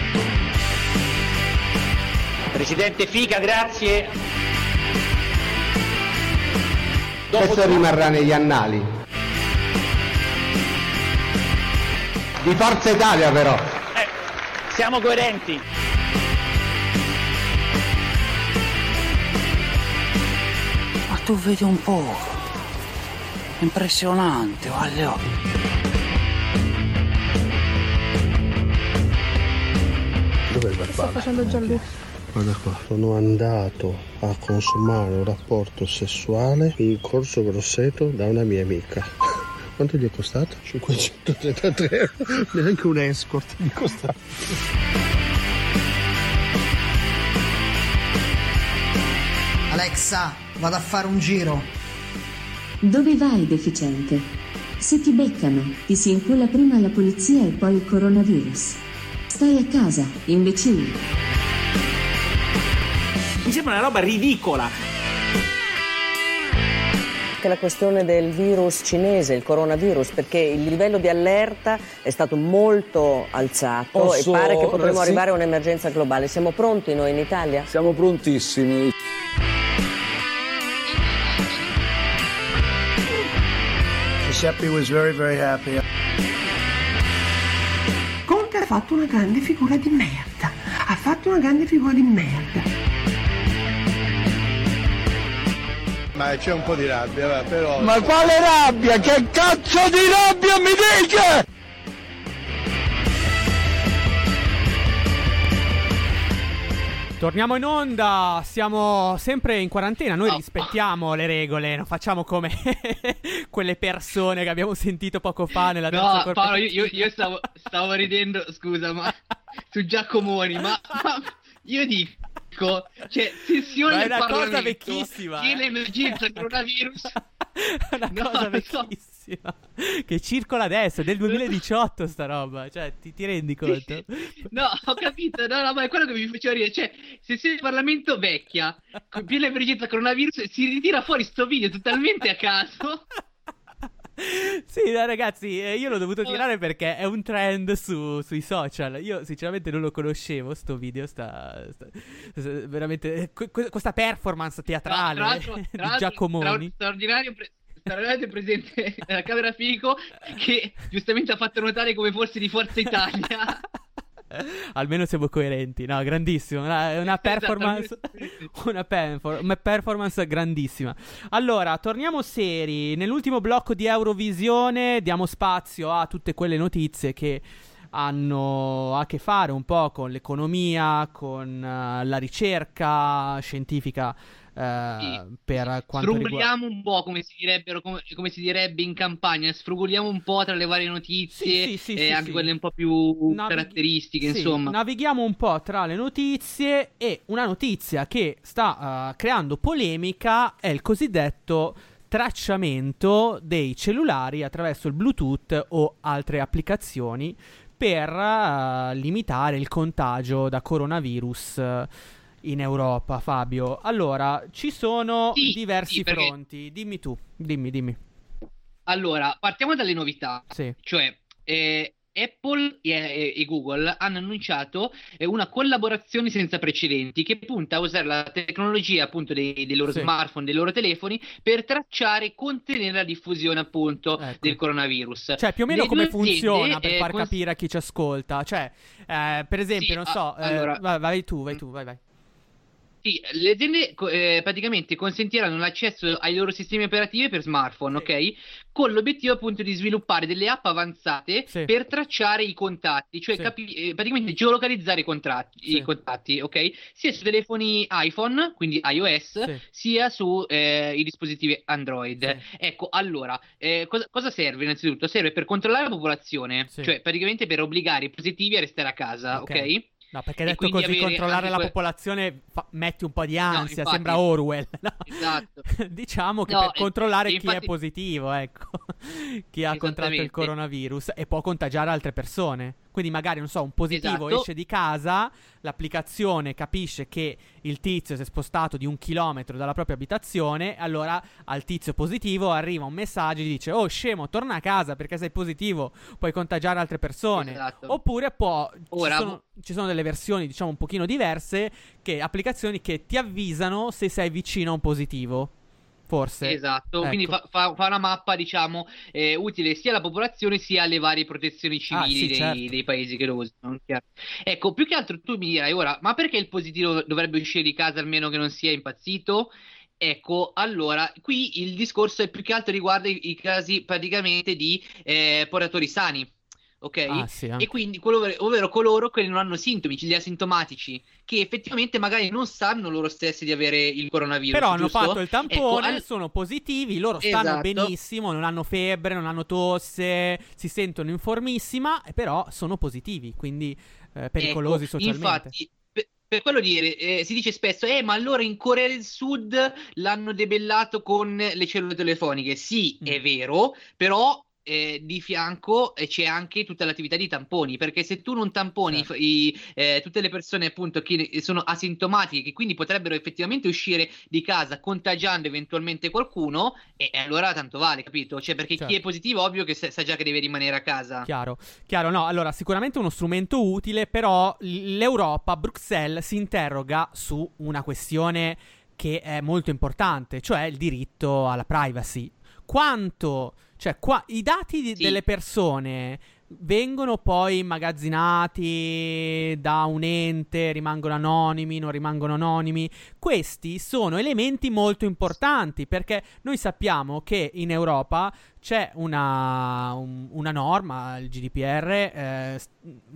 Presidente Fica, grazie. Dopo Questo tu... rimarrà negli annali. Di Forza Italia però. Eh, siamo coerenti. Ma tu vedi un po', impressionante, voglio. Dov'è il Sta verbale? facendo Gianluca. Guarda qua. Sono andato a consumare un rapporto sessuale in Corso Grosseto da una mia amica. Quanto gli è costato? cinquecentotrentatré euro. Neanche un escort gli è costato. Alexa, vado a fare un giro. Dove vai, deficiente? Se ti beccano, ti si incolla prima la polizia e poi il coronavirus. Stai a casa, imbecille. Mi sembra una roba ridicola. Che la questione del virus cinese, il coronavirus, perché il livello di allerta è stato molto alzato Posso- e pare che potremo sì. arrivare a un'emergenza globale. Siamo pronti noi in Italia? Siamo prontissimi. Giuseppe was very very happy. Conte ha fatto una grande figura di merda. Ha fatto una grande figura di merda. Ma c'è un po' di rabbia, va, però. Ma quale rabbia? Che cazzo di rabbia mi dice? Torniamo in onda, siamo sempre in quarantena, noi rispettiamo le regole, non facciamo come quelle persone che abbiamo sentito poco fa nella terza No, corporazione. Paolo, io, io- io stavo, stavo ridendo, scusa, ma su Giacomoni, ma, ma io dico, cioè, sessione Ma è del una cosa Parlamento, vecchissima, piena eh. emergenza coronavirus. Una No, cosa non so. vecchissima che circola adesso, è del duemiladiciotto sta roba, cioè ti, ti rendi conto? No, ho capito, no, no, ma è quello che mi faceva ridere, cioè, sessione del Parlamento vecchia, con piena emergenza coronavirus, si ritira fuori sto video totalmente a caso. Sì, dai, ragazzi, eh, io l'ho dovuto tirare perché è un trend su, sui social. Io sinceramente non lo conoscevo, sto video, sta, sta- sta- veramente eh, que- que- questa performance teatrale Tra l'altro- tra di l'altro, Giacomoni. stra- straordinario, pre- straordinario presidente della Camera Fico, che giustamente ha fatto notare come fosse di Forza Italia. Almeno siamo coerenti, no, grandissimo, una, è una performance, una, perfor- una performance grandissima. Allora, torniamo seri, nell'ultimo blocco di Eurovisione diamo spazio a tutte quelle notizie che hanno a che fare un po' con l'economia, con uh, la ricerca scientifica per quanto Sfruguliamo riguarda... un po', come si direbbero, come, come si direbbe in campagna, sfruguliamo un po' tra le varie notizie, Sì, sì, sì, e sì, anche sì. quelle un po' più Navighi- caratteristiche, Sì, insomma. navighiamo un po' tra le notizie, e una notizia che sta uh, creando polemica è il cosiddetto tracciamento dei cellulari attraverso il Bluetooth o altre applicazioni per uh, limitare il contagio da coronavirus uh, in Europa. Fabio, allora ci sono Sì, diversi sì, perché- fronti, dimmi tu, dimmi, dimmi. Allora, partiamo dalle novità. Sì. Cioè, eh, Apple e, e- e Google hanno annunciato eh, una collaborazione senza precedenti che punta a usare la tecnologia appunto dei, dei loro Sì. smartphone, dei loro telefoni per tracciare e contenere la diffusione appunto Ecco. del coronavirus. Cioè, più o meno Le come due aziende, funziona per eh, far cons- capire a chi ci ascolta. Cioè, eh, per esempio, Sì, non a- so, eh, allora- vai, vai tu, vai tu, vai, vai. Sì, le aziende co- eh, praticamente consentiranno l'accesso ai loro sistemi operativi per smartphone, ok? Con l'obiettivo appunto di sviluppare delle app avanzate Sì. per tracciare i contatti, cioè Sì. capi- eh, praticamente geolocalizzare i, contratti, Sì. i contatti, ok? Sia su telefoni iPhone, quindi iOS, Sì. sia su eh, i dispositivi Android. Sì. Ecco, allora, eh, cosa, cosa serve innanzitutto? Serve per controllare la popolazione, Sì. cioè praticamente per obbligare i positivi a restare a casa, Ok. ok? No, perché E detto quindi così, avere controllare anche la que- popolazione fa- metti un po' di ansia, infatti. sembra Orwell. No? Esatto. Diciamo che No, per e- controllare e chi è infatti- positivo, ecco, chi ha contratto il Esattamente. coronavirus e può contagiare altre persone. Quindi magari, non so, un positivo Esatto. esce di casa, l'applicazione capisce che il tizio si è spostato di un chilometro dalla propria abitazione, allora al tizio positivo arriva un messaggio e gli dice: oh scemo, torna a casa perché sei positivo, puoi contagiare altre persone. Esatto. Oppure può, Ora- ci, sono, ci sono delle versioni diciamo un pochino diverse, che applicazioni che ti avvisano se sei vicino a un positivo. Forse. Esatto, Ecco. quindi fa, fa- fa una mappa, diciamo, eh, utile sia alla popolazione sia alle varie protezioni civili Ah, sì, dei, certo. dei paesi che lo usano. Chiaro. Ecco, più che altro tu mi dirai ora, ma perché il positivo dovrebbe uscire di casa almeno che non sia impazzito? Ecco, allora, qui il discorso è più che altro riguarda i, i casi praticamente di eh, portatori sani. Ok? Ah, sì, anche. E quindi, quello- ovvero coloro che non hanno sintomi, gli asintomatici, che effettivamente magari non sanno loro stessi di avere il coronavirus. Però hanno giusto? fatto il tampone, Ecco, al- sono positivi, loro stanno Esatto. benissimo, non hanno febbre, non hanno tosse, si sentono in formissima, e però sono positivi, quindi eh, pericolosi Ecco, socialmente. Infatti, per, per quello dire, eh, si dice spesso, eh, ma allora in Corea del Sud l'hanno debellato con le cellule telefoniche. Sì, Mm. è vero, però eh, di fianco eh, c'è anche tutta l'attività di tamponi, perché se tu non tamponi Certo. i- eh, tutte le persone appunto che sono asintomatiche, che quindi potrebbero effettivamente uscire di casa contagiando eventualmente qualcuno, e, e allora tanto vale, capito? Cioè, perché chi Certo. è positivo ovvio che sa, sa già che deve rimanere a casa. Chiaro, chiaro, no, allora sicuramente uno strumento utile, però l- l'Europa, Bruxelles, si interroga su una questione che è molto importante, cioè il diritto alla privacy. Quanto, cioè qua, i dati di- Sì. delle persone vengono poi immagazzinati da un ente, rimangono anonimi, non rimangono anonimi. Questi sono elementi molto importanti, perché noi sappiamo che in Europa c'è una, un- una norma, il G D P R, eh, s-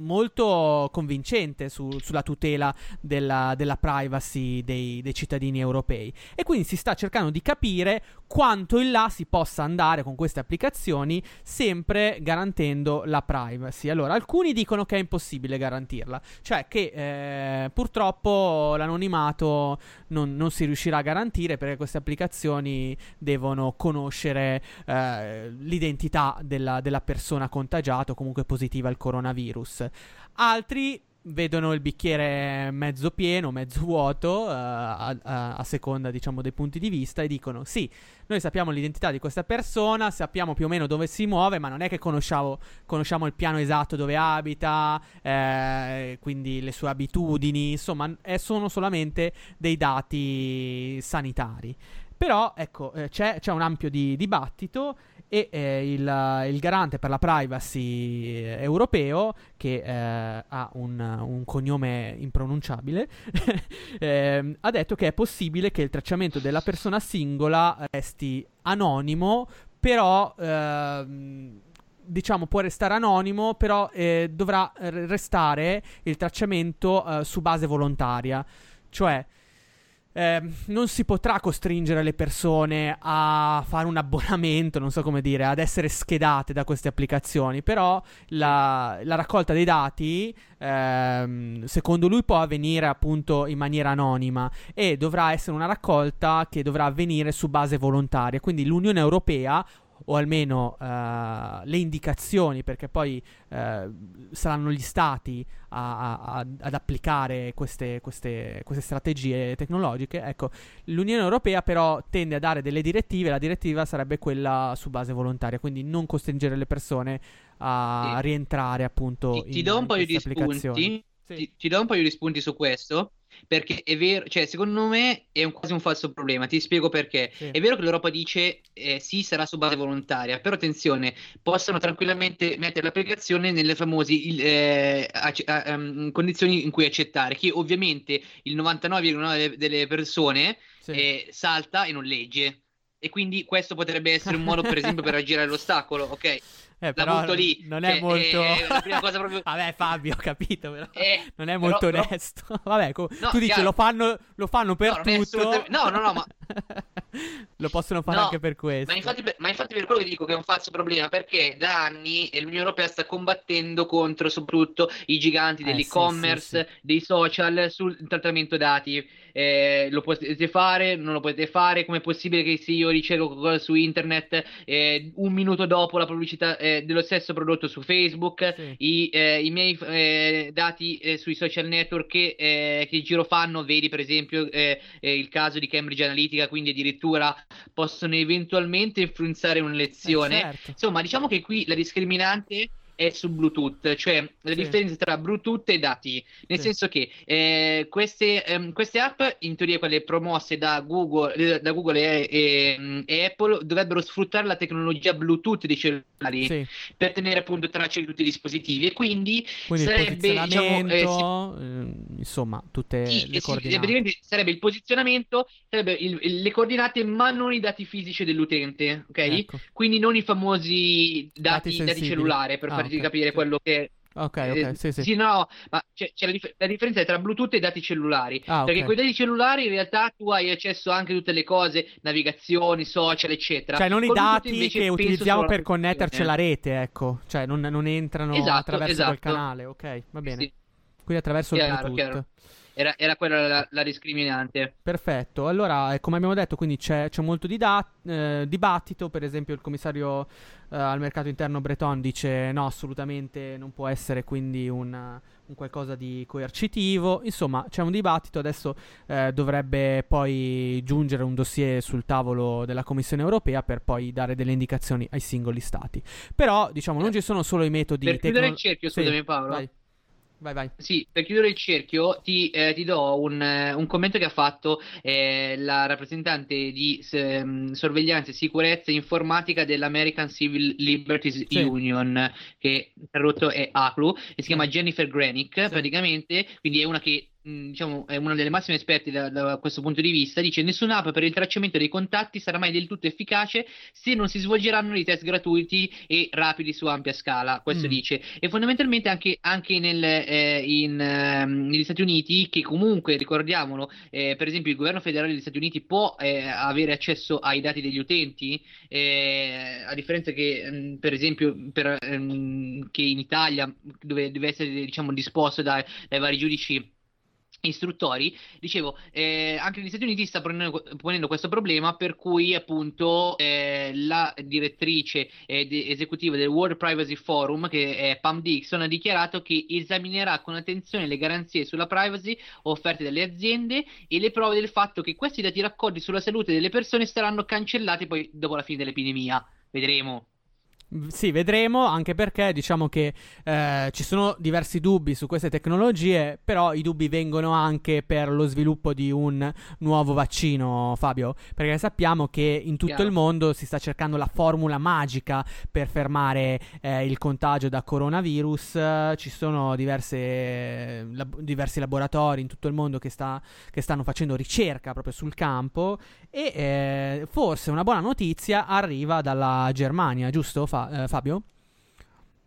molto convincente su- sulla tutela della, della privacy dei, dei cittadini europei, e quindi si sta cercando di capire quanto in là si possa andare con queste applicazioni, sempre garantendo la privacy. Allora, alcuni dicono che è impossibile garantirla, cioè che eh, purtroppo l'anonimato non, non si riuscirà a garantire, perché queste applicazioni devono conoscere eh, l'identità della, della persona contagiata o comunque positiva al coronavirus. Altri vedono il bicchiere mezzo pieno, mezzo vuoto, eh, a, a- a seconda, diciamo, dei punti di vista, e dicono: sì, noi sappiamo l'identità di questa persona, sappiamo più o meno dove si muove, ma non è che conosciamo, conosciamo il piano esatto dove abita, eh, quindi le sue abitudini, insomma, eh, sono solamente dei dati sanitari. Però, ecco, eh, c'è, c'è un ampio di, dibattito, e eh, il, il garante per la privacy eh, europeo, che eh, ha un, un cognome impronunciabile, ehm, ha detto che è possibile che il tracciamento della persona singola resti anonimo, però ehm, diciamo può restare anonimo, però eh, dovrà r- restare il tracciamento eh, su base volontaria. Cioè, Eh, non si potrà costringere le persone a fare un abbonamento, non so come dire, ad essere schedate da queste applicazioni, però la, la raccolta dei dati ehm, secondo lui può avvenire appunto in maniera anonima e dovrà essere una raccolta che dovrà avvenire su base volontaria, quindi l'Unione Europea, o almeno uh, le indicazioni, perché poi uh, saranno gli stati a, a, ad applicare queste, queste, queste strategie tecnologiche. Ecco, l'Unione Europea però tende a dare delle direttive, la direttiva sarebbe quella su base volontaria, quindi non costringere le persone a Sì. rientrare appunto Ti, ti in, do un in paio di queste applicazioni. spunti. Ti, ti do un paio di spunti su questo. Perché è vero, cioè, secondo me è un, quasi un falso problema. Ti spiego perché. Sì. È vero che l'Europa dice eh, sì, sarà su base volontaria, però attenzione, possono tranquillamente mettere l'applicazione nelle famose il- eh, ac- a- ehm, condizioni in cui accettare, che ovviamente il novantanove virgola nove delle delle persone Sì. eh, salta e non legge. E quindi questo potrebbe essere un modo, per esempio, per aggirare l'ostacolo, ok? Eh, La però butto lì. non Cioè, è molto è la prima cosa proprio. Vabbè, Fabio, ho capito, però Eh, non è però- molto però- onesto. Vabbè, co- No, tu dici chiaro. lo fanno, lo fanno per No, non è tutto. assolutamente- no, no, no, ma Lo possono fare No, anche per questo. Ma infatti, per, ma infatti per quello che dico che è un falso problema, perché da anni eh, l'Unione Europea sta combattendo contro soprattutto i giganti Eh, dell'e-commerce, sì, sì, dei social sul trattamento dati. Eh, lo potete fare, non lo potete fare, com'è possibile che se io ricerco qualcosa su internet eh, un minuto dopo la pubblicità eh, dello stesso prodotto su Facebook, Sì. i, eh, i miei eh, dati eh, sui social network che, eh, che giro fanno, vedi per esempio eh, eh, il caso di Cambridge Analytica, quindi addirittura possono eventualmente influenzare un'elezione. Eh, certo. Insomma, diciamo che qui la discriminante è su Bluetooth, cioè la Sì. differenza tra Bluetooth e dati, nel Sì. senso che eh, queste, ehm, queste app, in teoria quelle promosse da Google, eh, da Google e, e- e Apple, dovrebbero sfruttare la tecnologia Bluetooth dei cellulari Sì. per tenere appunto traccia di tutti i dispositivi e quindi, Quindi il sarebbe, diciamo, eh, si- posizionamento, eh, insomma, tutte sì, le eh sì, coordinate. eh, praticamente sarebbe il posizionamento, sarebbe il- il- le coordinate, ma non i dati fisici dell'utente, ok? Ecco. Quindi non i famosi Dati dati, dati sensibili. cellulare, per Ah, farti ok, capire sì. quello che. Ok, eh, ok, sì, sì. no, ma c'è, c'è la, dif- la differenza è tra Bluetooth e dati cellulari. Ah, Perché ok. con i dati cellulari in realtà tu hai accesso anche a tutte le cose, navigazioni, social, eccetera. Cioè non i Con Bluetooth dati invece che penso utilizziamo solo per alla connetterci alla connessione. rete, ecco. Cioè non, non entrano Esatto, attraverso quel esatto. canale, ok, va bene. Sì. Quindi attraverso il Chiaro, Bluetooth. chiaro. Era, era quella la, la discriminante. Perfetto, allora eh, come abbiamo detto, quindi c'è, c'è molto di da- eh, dibattito. Per esempio il commissario eh, al mercato interno Breton dice no, assolutamente non può essere quindi un, un qualcosa di coercitivo. Insomma c'è un dibattito, adesso eh, dovrebbe poi giungere un dossier sul tavolo della Commissione Europea per poi dare delle indicazioni ai singoli stati. Però diciamo non ci sono solo i metodi Per chiudere tecno- il cerchio, Sì, scusami Paolo. vai. Vai, vai. Sì, per chiudere il cerchio ti, eh, ti do un, eh, un commento che ha fatto eh, la rappresentante di s- sorveglianza e sicurezza informatica dell'American Civil Liberties Sì. Union, che tradotto è A C L U, e si chiama Jennifer Granick, praticamente, quindi è una che mh, diciamo è una delle massime esperte da, da questo punto di vista. Dice: nessuna app per il tracciamento dei contatti sarà mai del tutto efficace se non si svolgeranno dei test gratuiti e rapidi su ampia scala. Questo Mm. dice. E fondamentalmente anche, anche nel, eh, in, ehm, negli Stati Uniti, che comunque ricordiamolo, eh, per esempio il governo federale degli Stati Uniti può eh, avere accesso ai dati degli utenti, eh, a differenza che mh, per esempio per, ehm, che in Italia, dove deve essere diciamo disposto dai, dai vari giudici istruttori. Dicevo, eh, anche negli Stati Uniti sta ponendo, ponendo questo problema, per cui appunto eh, la direttrice eh, de- esecutiva del World Privacy Forum, che è Pam Dixon, ha dichiarato che esaminerà con attenzione le garanzie sulla privacy offerte dalle aziende e le prove del fatto che questi dati raccolti sulla salute delle persone saranno cancellati poi dopo la fine dell'epidemia. Vedremo. Sì, vedremo, anche perché diciamo che eh, ci sono diversi dubbi su queste tecnologie, però i dubbi vengono anche per lo sviluppo di un nuovo vaccino, Fabio, perché sappiamo che in tutto Chiaro. il mondo si sta cercando la formula magica per fermare eh, il contagio da coronavirus. Eh, ci sono diverse, lab- diversi laboratori in tutto il mondo che, sta, che stanno facendo ricerca proprio sul campo e eh, forse una buona notizia arriva dalla Germania, giusto Fa- eh, Fabio?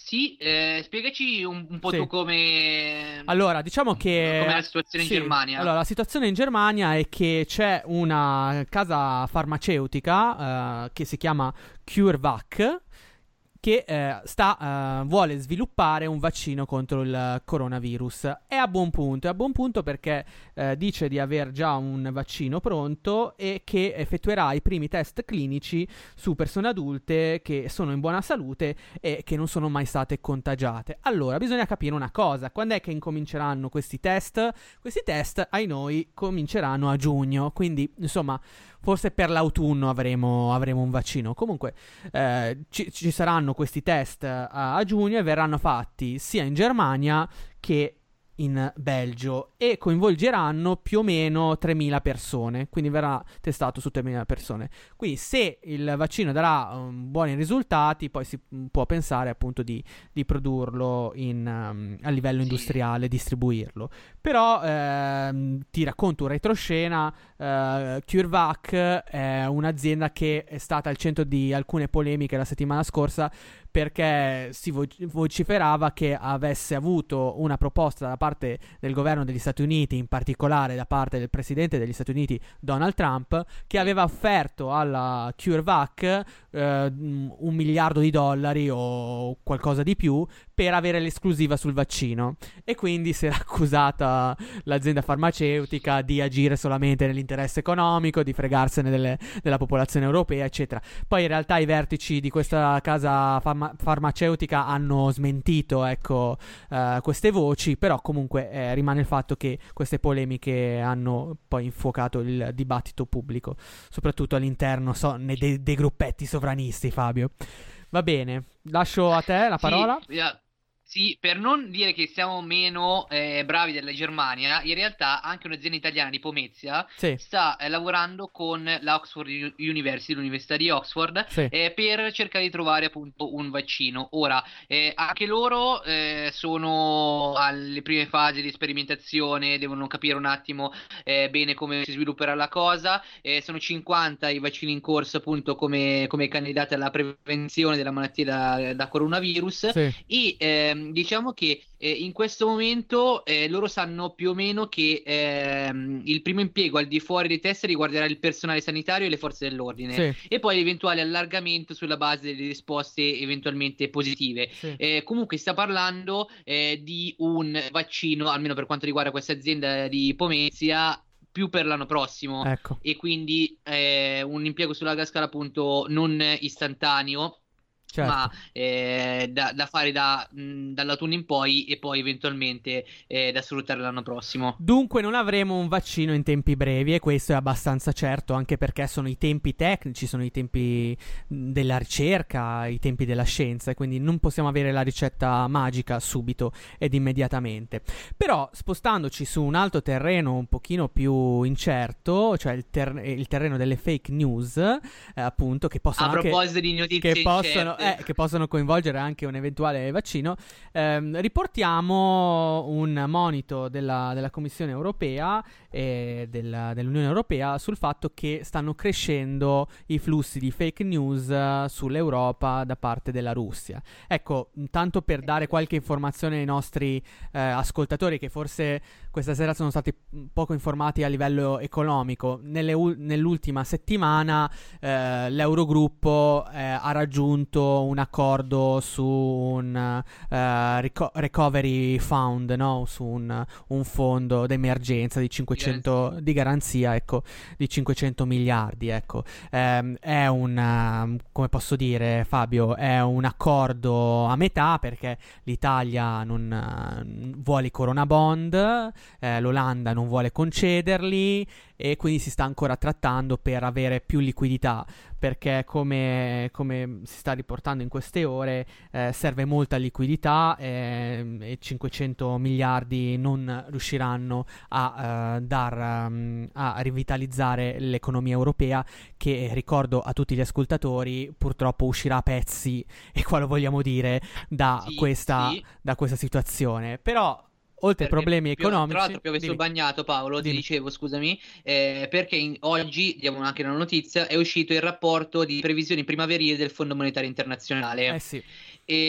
Sì, eh, spiegaci un, un po' Sì. tu come... Allora, diciamo che... Com'è la situazione in sì, Germania? Allora, la situazione in Germania è che c'è una casa farmaceutica eh, che si chiama CureVac, che eh, sta, eh, vuole sviluppare un vaccino contro il coronavirus. È a buon punto, è a buon punto perché eh, dice di aver già un vaccino pronto e che effettuerà i primi test clinici su persone adulte che sono in buona salute e che non sono mai state contagiate. Allora, bisogna capire una cosa: quando è che incominceranno questi test? Questi test, ai noi, cominceranno a giugno, quindi insomma forse per l'autunno avremo, avremo un vaccino. Comunque eh, ci, ci saranno questi test a, a giugno e verranno fatti sia in Germania che in Belgio e coinvolgeranno più o meno tremila persone, quindi verrà testato su tremila persone. Quindi se il vaccino darà um, buoni risultati, poi si può pensare appunto di, di produrlo in, um, a livello industriale, distribuirlo. Però ehm, ti racconto un retroscena. uh, CureVac è un'azienda che è stata al centro di alcune polemiche la settimana scorsa perché si vo- vociferava che avesse avuto una proposta da parte del governo degli Stati Uniti, in particolare da parte del presidente degli Stati Uniti Donald Trump, che aveva offerto alla CureVac eh, un miliardo di dollari o qualcosa di più per avere l'esclusiva sul vaccino, e quindi si era accusata l'azienda farmaceutica di agire solamente nell'interesse economico, di fregarsene delle, della popolazione europea, eccetera. Poi in realtà i vertici di questa casa farma- farmaceutica hanno smentito, ecco, uh, queste voci, però comunque eh, rimane il fatto che queste polemiche hanno poi infuocato il dibattito pubblico, soprattutto all'interno so, ne- dei, dei gruppetti sovranisti, Fabio. Va bene, lascio a te la parola. Sì, yeah. Sì, per non dire che siamo meno eh, bravi della Germania, in realtà anche un'azienda italiana di Pomezia Sì. sta eh, lavorando con la Oxford U- University, l'Università di Oxford, Sì. eh, per cercare di trovare appunto un vaccino. Ora, eh, anche loro eh, sono alle prime fasi di sperimentazione, devono capire un attimo eh, bene come si svilupperà la cosa. Eh, sono cinquanta i vaccini in corso appunto come, come candidati alla prevenzione della malattia da, da coronavirus. Sì. E ehm, diciamo che eh, in questo momento eh, loro sanno più o meno che ehm, il primo impiego al di fuori dei test riguarderà il personale sanitario e le forze dell'ordine, Sì. e poi l'eventuale allargamento sulla base delle risposte eventualmente positive. Sì. Eh, comunque sta parlando eh, di un vaccino, almeno per quanto riguarda questa azienda di Pomezia, più per l'anno prossimo, Ecco. e quindi eh, un impiego sulla larga scala appunto non istantaneo, Certo. ma eh, da, da fare da, mh, dall'autunno in poi, e poi eventualmente eh, da sfruttare l'anno prossimo. Dunque non avremo un vaccino in tempi brevi, e questo è abbastanza certo, anche perché sono i tempi tecnici, sono i tempi della ricerca, i tempi della scienza, e quindi non possiamo avere la ricetta magica subito ed immediatamente. Però spostandoci su un altro terreno un pochino più incerto, cioè il, ter- il terreno delle fake news, eh, appunto, che possono A anche, proposito di notizie che possono, incerte. eh, che possono coinvolgere anche un eventuale vaccino, ehm, riportiamo un monito della, della Commissione europea e della- dell'Unione Europea sul fatto che stanno crescendo i flussi di fake news eh, sull'Europa da parte della Russia. Ecco, tanto per dare qualche informazione ai nostri eh, ascoltatori che forse questa sera sono stati poco informati a livello economico, nelle ul- nell'ultima settimana eh, l'Eurogruppo eh, ha raggiunto un accordo su un eh, reco- recovery fund, no? Su un, un fondo d'emergenza di cinquecento di garanzia, ecco, di cinquecento miliardi, ecco. Ehm, è un, um, come posso dire, Fabio, è un accordo a metà, perché l'Italia non uh, vuole i Corona Bond, eh, l'Olanda non vuole concederli, e quindi si sta ancora trattando per avere più liquidità, perché come, come si sta riportando in queste ore eh, serve molta liquidità, eh, e cinquecento miliardi non riusciranno a, eh, dar, um, a rivitalizzare l'economia europea, che ricordo a tutti gli ascoltatori purtroppo uscirà a pezzi, e qua lo vogliamo dire, da, Sì, questa, sì. da questa situazione. Però oltre ai Perché problemi pio- economici, Tra l'altro piove sul dimmi. bagnato, Paolo, Dimmi. ti dicevo, scusami, eh, perché in- oggi, diamo anche una notizia, è uscito il rapporto di previsioni primaverili del Fondo Monetario Internazionale. Eh sì. E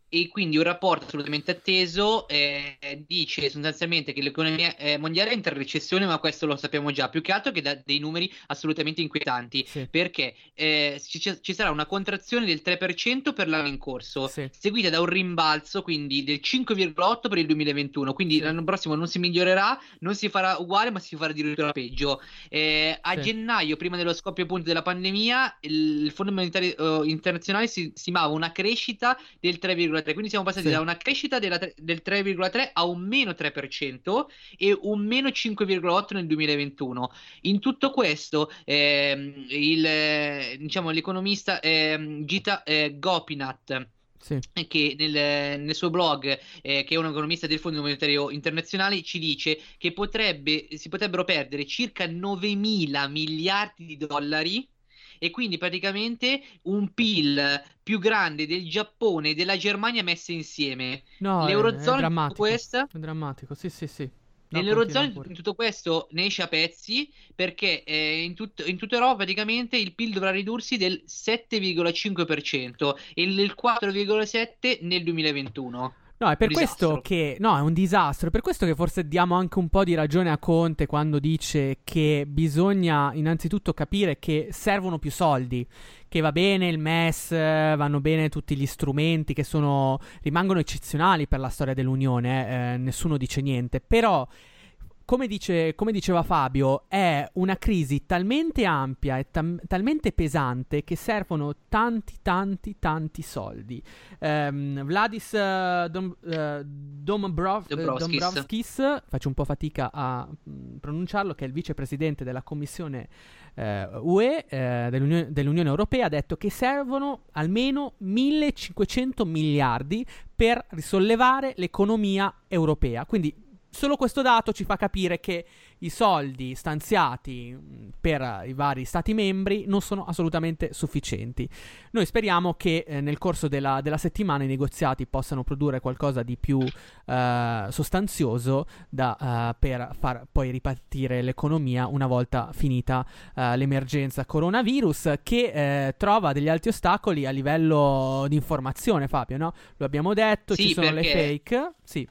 e quindi un rapporto assolutamente atteso eh, dice sostanzialmente che l'economia eh, mondiale è in recessione, ma questo lo sappiamo già, più che altro che da dei numeri assolutamente inquietanti, Sì. perché eh, ci, ci sarà una contrazione del tre per cento per l'anno in corso, Sì. seguita da un rimbalzo quindi del cinque virgola otto per il duemilaventuno, quindi l'anno prossimo non si migliorerà, non si farà uguale, ma si farà addirittura peggio. Eh, a Sì. gennaio, prima dello scoppio appunto della pandemia, il, il Fondo Monetario eh, Internazionale si stimava una crescita del tre virgola tre, quindi siamo passati Sì. da una crescita della tre- del tre virgola tre a un meno tre per cento e un meno cinque virgola otto nel duemilaventuno. In tutto questo, ehm, il, eh, diciamo, l'economista ehm, Gita eh, Gopinath, Sì. che nel, nel suo blog, eh, che è un economista del Fondo Monetario Internazionale, ci dice che potrebbe, si potrebbero perdere circa novemila miliardi di dollari, e quindi praticamente un P I L più grande del Giappone e della Germania messe insieme. No, è, è L'Eurozona in tutto drammatico. questo, È drammatico, sì, sì, sì. No, nell'Eurozona continua pure. in tutto questo ne esce a pezzi, perché eh, in, tut- in tutta Europa praticamente il P I L dovrà ridursi del sette virgola cinque per cento e del quattro virgola sette per cento nel duemilaventuno. No, è per Un questo disastro. che no, è un disastro. È per questo che forse diamo anche un po' di ragione a Conte quando dice che bisogna innanzitutto capire che servono più soldi. Che va bene il M E S, eh, vanno bene tutti gli strumenti che sono rimangono eccezionali per la storia dell'Unione, eh, eh, nessuno dice niente. Però, come dice, come diceva Fabio, è una crisi talmente ampia e tam- talmente pesante che servono tanti, tanti, tanti soldi. Ehm, Vladis eh, Dom- eh, Dombrov- eh, Dombrovskis. Dombrovskis, faccio un po' fatica a mh, pronunciarlo, che è il vicepresidente della Commissione eh, U E, eh, dell'Unione, dell'Unione Europea, ha detto che servono almeno millecinquecento miliardi per risollevare l'economia europea. Quindi solo questo dato ci fa capire che i soldi stanziati mh, per i vari stati membri non sono assolutamente sufficienti. Noi speriamo che eh, nel corso della, della settimana i negoziati possano produrre qualcosa di più eh, sostanzioso da, eh, per far poi ripartire l'economia una volta finita eh, l'emergenza coronavirus, che eh, trova degli alti ostacoli a livello di informazione, Fabio, no? Lo abbiamo detto, Sì, ci sono perché- le fake. Sì.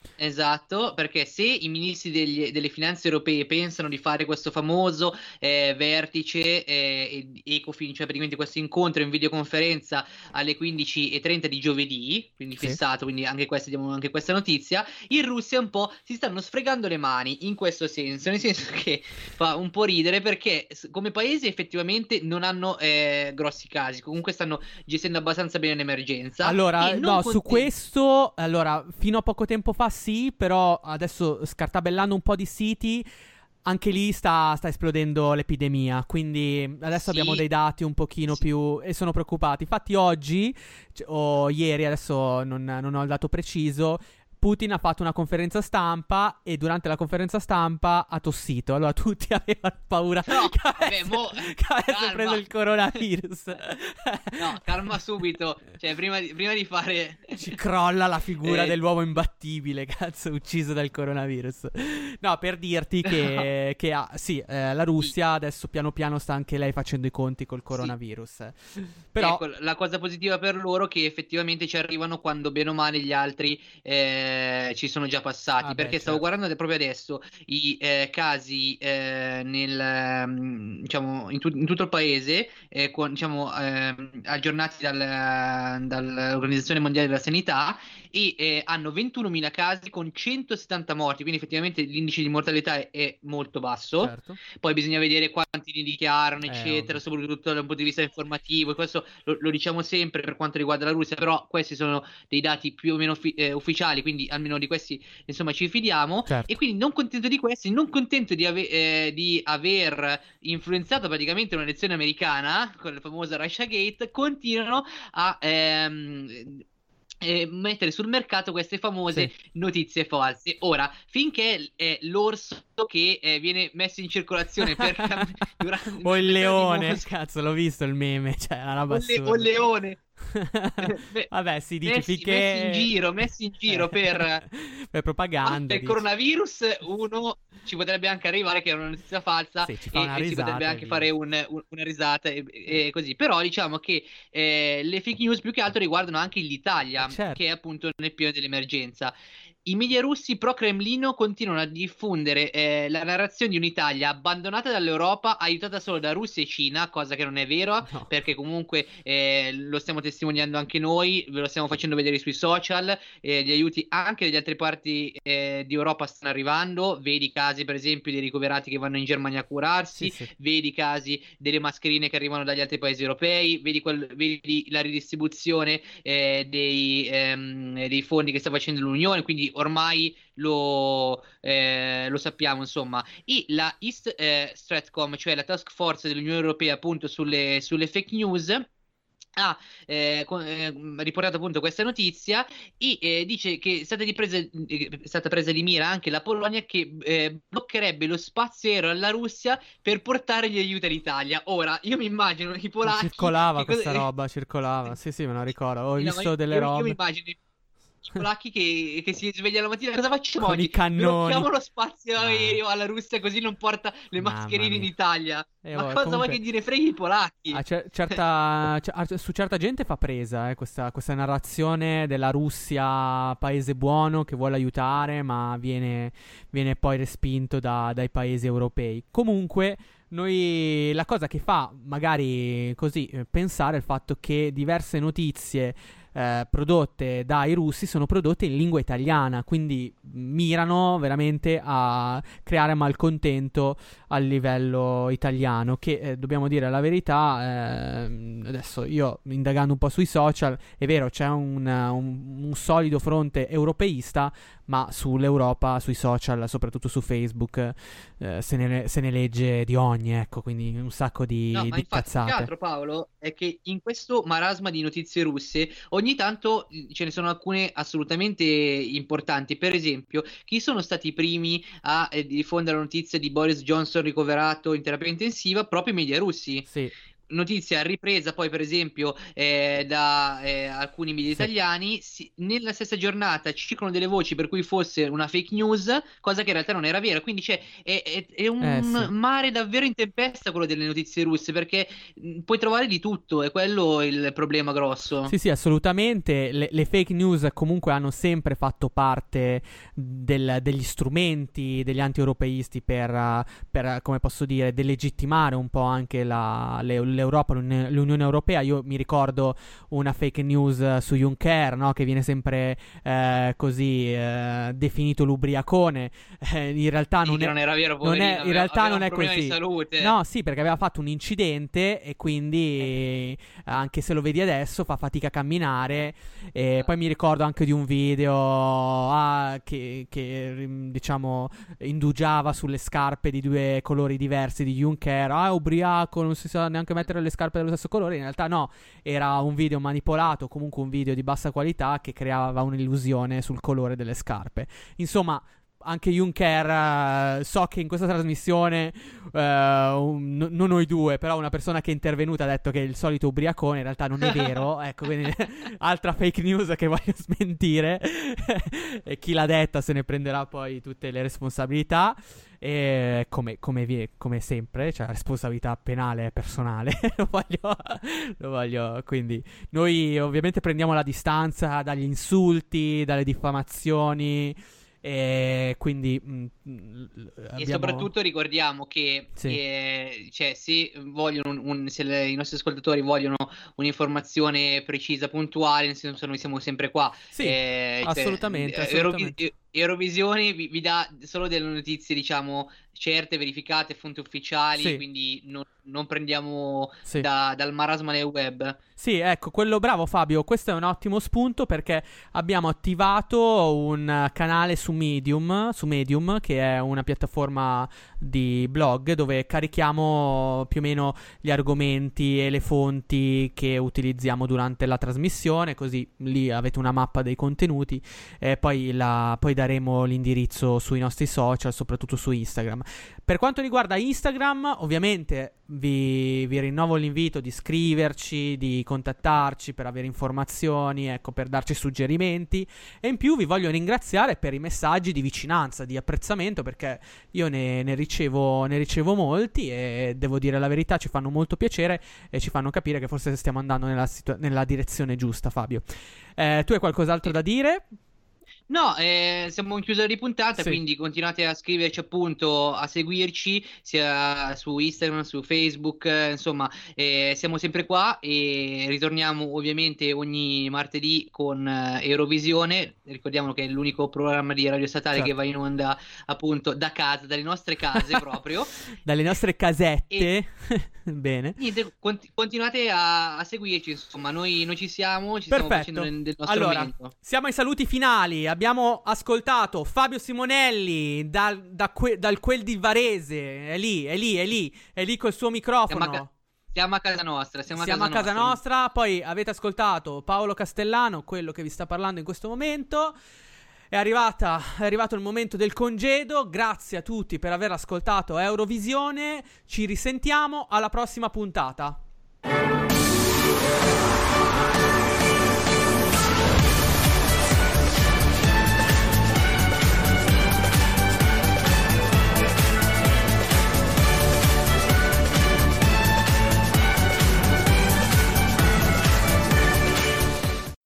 Esatto, perché se i ministri degli- delle finanze europee pensano di fare questo famoso eh, vertice eh, Ecofin, cioè praticamente questo incontro in videoconferenza alle quindici e trenta di giovedì, quindi Sì. fissato, quindi anche questa, diamo anche questa notizia, in Russia un po' si stanno sfregando le mani in questo senso, nel senso che fa un po' ridere, perché s- come paese effettivamente non hanno eh, grossi casi, comunque stanno gestendo abbastanza bene l'emergenza. Allora, e non no, su contenti- questo, allora, fino a poco tempo fa sì, però adesso scartabellando un po' di siti, anche lì sta, sta esplodendo l'epidemia, quindi adesso Sì. abbiamo dei dati un pochino più e sono preoccupati. Infatti oggi, c- o ieri, adesso non, non ho il dato preciso, Putin ha fatto una conferenza stampa e durante la conferenza stampa ha tossito. Allora tutti avevano paura No, che vabbè, avesse, mo- che avesse calma. preso il coronavirus. No, calma subito, cioè prima di, prima di fare... Ci crolla la figura Eh. dell'uomo imbattibile, cazzo, ucciso dal coronavirus. No, per dirti che, che ah, sì, eh, la Russia adesso piano piano sta anche lei facendo i conti col coronavirus. Però Ecco, la cosa positiva per loro è che effettivamente ci arrivano quando bene o male gli altri eh, ci sono già passati, Ah, beh, perché stavo certo. guardando proprio adesso i eh, casi eh, nel, ehm, diciamo, in, tu- in tutto il paese, eh, con- diciamo, ehm, aggiornati dal- dall'Organizzazione Mondiale della Sanità, e eh, hanno ventunomila casi con centosettanta morti, quindi effettivamente l'indice di mortalità è, è molto basso. certo. Poi bisogna vedere quanti ne dichiarano, Eh, eccetera, ovvio. soprattutto da un punto di vista informativo, e questo lo, lo diciamo sempre per quanto riguarda la Russia, però questi sono dei dati più o meno fi- eh, ufficiali, quindi almeno di questi insomma ci fidiamo. Certo. E quindi non contento di questi, non contento di, ave- eh, di aver influenzato praticamente un'elezione americana con la famosa Russiagate, continuano a ehm, eh, mettere sul mercato queste famose notizie false. Ora, finché è l'orso che eh, viene messo in circolazione per cam- durante O il di leone, Mosca, cazzo, l'ho visto il meme, cioè è una roba o, le- assurda. o il leone Vabbè, si dice messi, finché... messi in giro, messi in giro per, per propaganda. per il dici. coronavirus, uno ci potrebbe anche arrivare che è una notizia falsa Sì, ci fa e, una e si risata potrebbe e anche via. fare un- un- una risata e, e così. Però diciamo che eh, le fake news più che altro riguardano anche l'Italia, certo. che è appunto nel pieno dell'emergenza. I media russi pro-Cremlino continuano a diffondere eh, la narrazione di un'Italia abbandonata dall'Europa, aiutata solo da Russia e Cina, cosa che non è vero, perché comunque eh, lo stiamo testimoniando anche noi, ve lo stiamo facendo vedere sui social, eh, gli aiuti anche delle altre parti eh, di Europa stanno arrivando, vedi i casi per esempio dei ricoverati che vanno in Germania a curarsi, Sì, sì. vedi i casi delle mascherine che arrivano dagli altri paesi europei, vedi, quel- vedi la ridistribuzione eh, dei, ehm, dei fondi che sta facendo l'Unione, quindi ormai lo, eh, lo sappiamo, insomma. E la East eh, Stratcom, cioè la task force dell'Unione Europea appunto sulle, sulle fake news, ha eh, co- eh, riportato appunto questa notizia e eh, dice che è stata, di presa, eh, è stata presa di mira anche la Polonia, che eh, bloccherebbe lo spazio aereo alla Russia per portare gli aiuti all'Italia. Ora, io mi immagino i polacchi Circolava che cosa- questa roba, circolava. Sì, sì, me lo ricordo. Ho No, ma visto io- delle io, robe. Io mi immagino i i polacchi che, che si svegliano la mattina, cosa facciamo Con oggi? i cannoni. Blocchiamo lo spazio aereo alla Russia così non porta le Mamma mascherine in mia. Italia. Eh, Ma vabbè, cosa comunque- vuoi che dire? Freghi i polacchi. A cer- certa, cer- a- su certa gente fa presa eh, questa, questa narrazione della Russia paese buono che vuole aiutare, ma viene, viene poi respinto da- dai paesi europei. Comunque, noi la cosa che fa magari così eh, pensare è il fatto che diverse notizie eh, prodotte dai russi sono prodotte in lingua italiana, quindi mirano veramente a creare malcontento a livello italiano, che eh, dobbiamo dire la verità, eh, adesso io indagando un po' sui social, è vero c'è un, un, un solido fronte europeista, ma sull'Europa, sui social, soprattutto su Facebook, eh, se, ne, se ne legge di ogni, ecco, quindi un sacco di, No, ma di infatti, più che cazzate. altro, Paolo, è che in questo marasma di notizie russe ogni tanto eh, ce ne sono alcune assolutamente importanti. Per esempio, chi sono stati i primi a eh, diffondere la notizia di Boris Johnson ricoverato in terapia intensiva? Proprio i media russi. Sì. Notizia ripresa poi per esempio eh, da eh, alcuni media Sì. italiani. Si- nella stessa giornata circolano delle voci per cui fosse una fake news, cosa che in realtà non era vera. Quindi c'è, è, è- è un Eh, sì. mare davvero in tempesta quello delle notizie russe, perché mh, puoi trovare di tutto, è quello il problema grosso. Sì, sì, assolutamente. Le, le fake news comunque hanno sempre fatto parte del- degli strumenti degli anti-europeisti per, uh, per, uh, come posso dire, delegittimare un po' anche la- le- l'Europa, l'Uni- l'Unione Europea. Io mi ricordo una fake news uh, su Juncker, no? Che viene sempre eh, così eh, definito l'ubriacone. Eh, in realtà Sì, non che è, non era vero, non poverino, è- in aveva- realtà aveva non un è problema di così. salute. No, sì, perché aveva fatto un incidente e quindi eh, anche se lo vedi adesso fa fatica a camminare. E poi mi ricordo anche di un video ah, che, che, rim- diciamo indugiava sulle scarpe di due colori diversi di Juncker. Ah, è ubriaco, non si sa neanche mettere le scarpe dello stesso colore. In realtà no, era un video manipolato, comunque un video di bassa qualità che creava un'illusione sul colore delle scarpe. Insomma, anche Juncker, eh, so che in questa trasmissione, eh, un- no- non noi due, però una persona che è intervenuta ha detto che è il solito ubriacone, in realtà non è vero, ecco, quindi altra fake news che voglio smentire, e chi l'ha detta se ne prenderà poi tutte le responsabilità, e come, come, vie- come sempre, cioè la responsabilità penale è personale, lo voglio, lo voglio, quindi noi ovviamente prendiamo la distanza dagli insulti, dalle diffamazioni. E quindi mh, mh, E abbiamo... soprattutto ricordiamo che Sì. eh, cioè, se vogliono un, un- se le- i nostri ascoltatori vogliono un'informazione precisa, puntuale, nel senso noi siamo sempre qua. Sì, Eh, cioè, assolutamente, eh, assolutamente. Eurovi- Eurovisione vi, vi dà solo delle notizie, diciamo, certe, verificate, fonti ufficiali, Sì. quindi non, non prendiamo Sì. da- dal marasma del web. Sì, ecco, quello bravo Fabio, questo è un ottimo spunto perché abbiamo attivato un canale su Medium, su Medium, che è una piattaforma di blog dove carichiamo più o meno gli argomenti e le fonti che utilizziamo durante la trasmissione, così lì avete una mappa dei contenuti e poi, la, poi da daremo l'indirizzo sui nostri social, soprattutto su Instagram. Per quanto riguarda Instagram, ovviamente vi, vi rinnovo l'invito di scriverci, di contattarci per avere informazioni, ecco, per darci suggerimenti, e in più vi voglio ringraziare per i messaggi di vicinanza, di apprezzamento, perché io ne, ne ricevo ne ricevo molti e devo dire la verità, ci fanno molto piacere e ci fanno capire che forse stiamo andando nella, situ- nella direzione giusta. Fabio, eh, tu hai qualcos'altro da dire? No, eh, siamo in chiusura di puntata, Sì. quindi continuate a scriverci, appunto, a seguirci sia su Instagram, su Facebook, eh, insomma, eh, siamo sempre qua e ritorniamo ovviamente ogni martedì con eh, Eurovisione. Ricordiamo che è l'unico programma di radio statale Certo. che va in onda, appunto, da casa, dalle nostre case proprio. Dalle nostre casette. Bene. Niente, conti- continuate a, a seguirci, insomma, noi, noi ci siamo, ci stiamo Perfetto. facendo del, del nostro Allora, momento. siamo ai saluti finali. Abbiamo ascoltato Fabio Simonelli dal, da que- dal quel di Varese. È lì, è lì, è lì, è lì col suo microfono. Siamo a, ca- siamo a casa nostra, siamo, Siamo a a casa, casa nostra. Poi avete ascoltato Paolo Castellano, quello che vi sta parlando in questo momento. È arrivata, è arrivato il momento del congedo. Grazie a tutti per aver ascoltato Eurovisione. Ci risentiamo alla prossima puntata.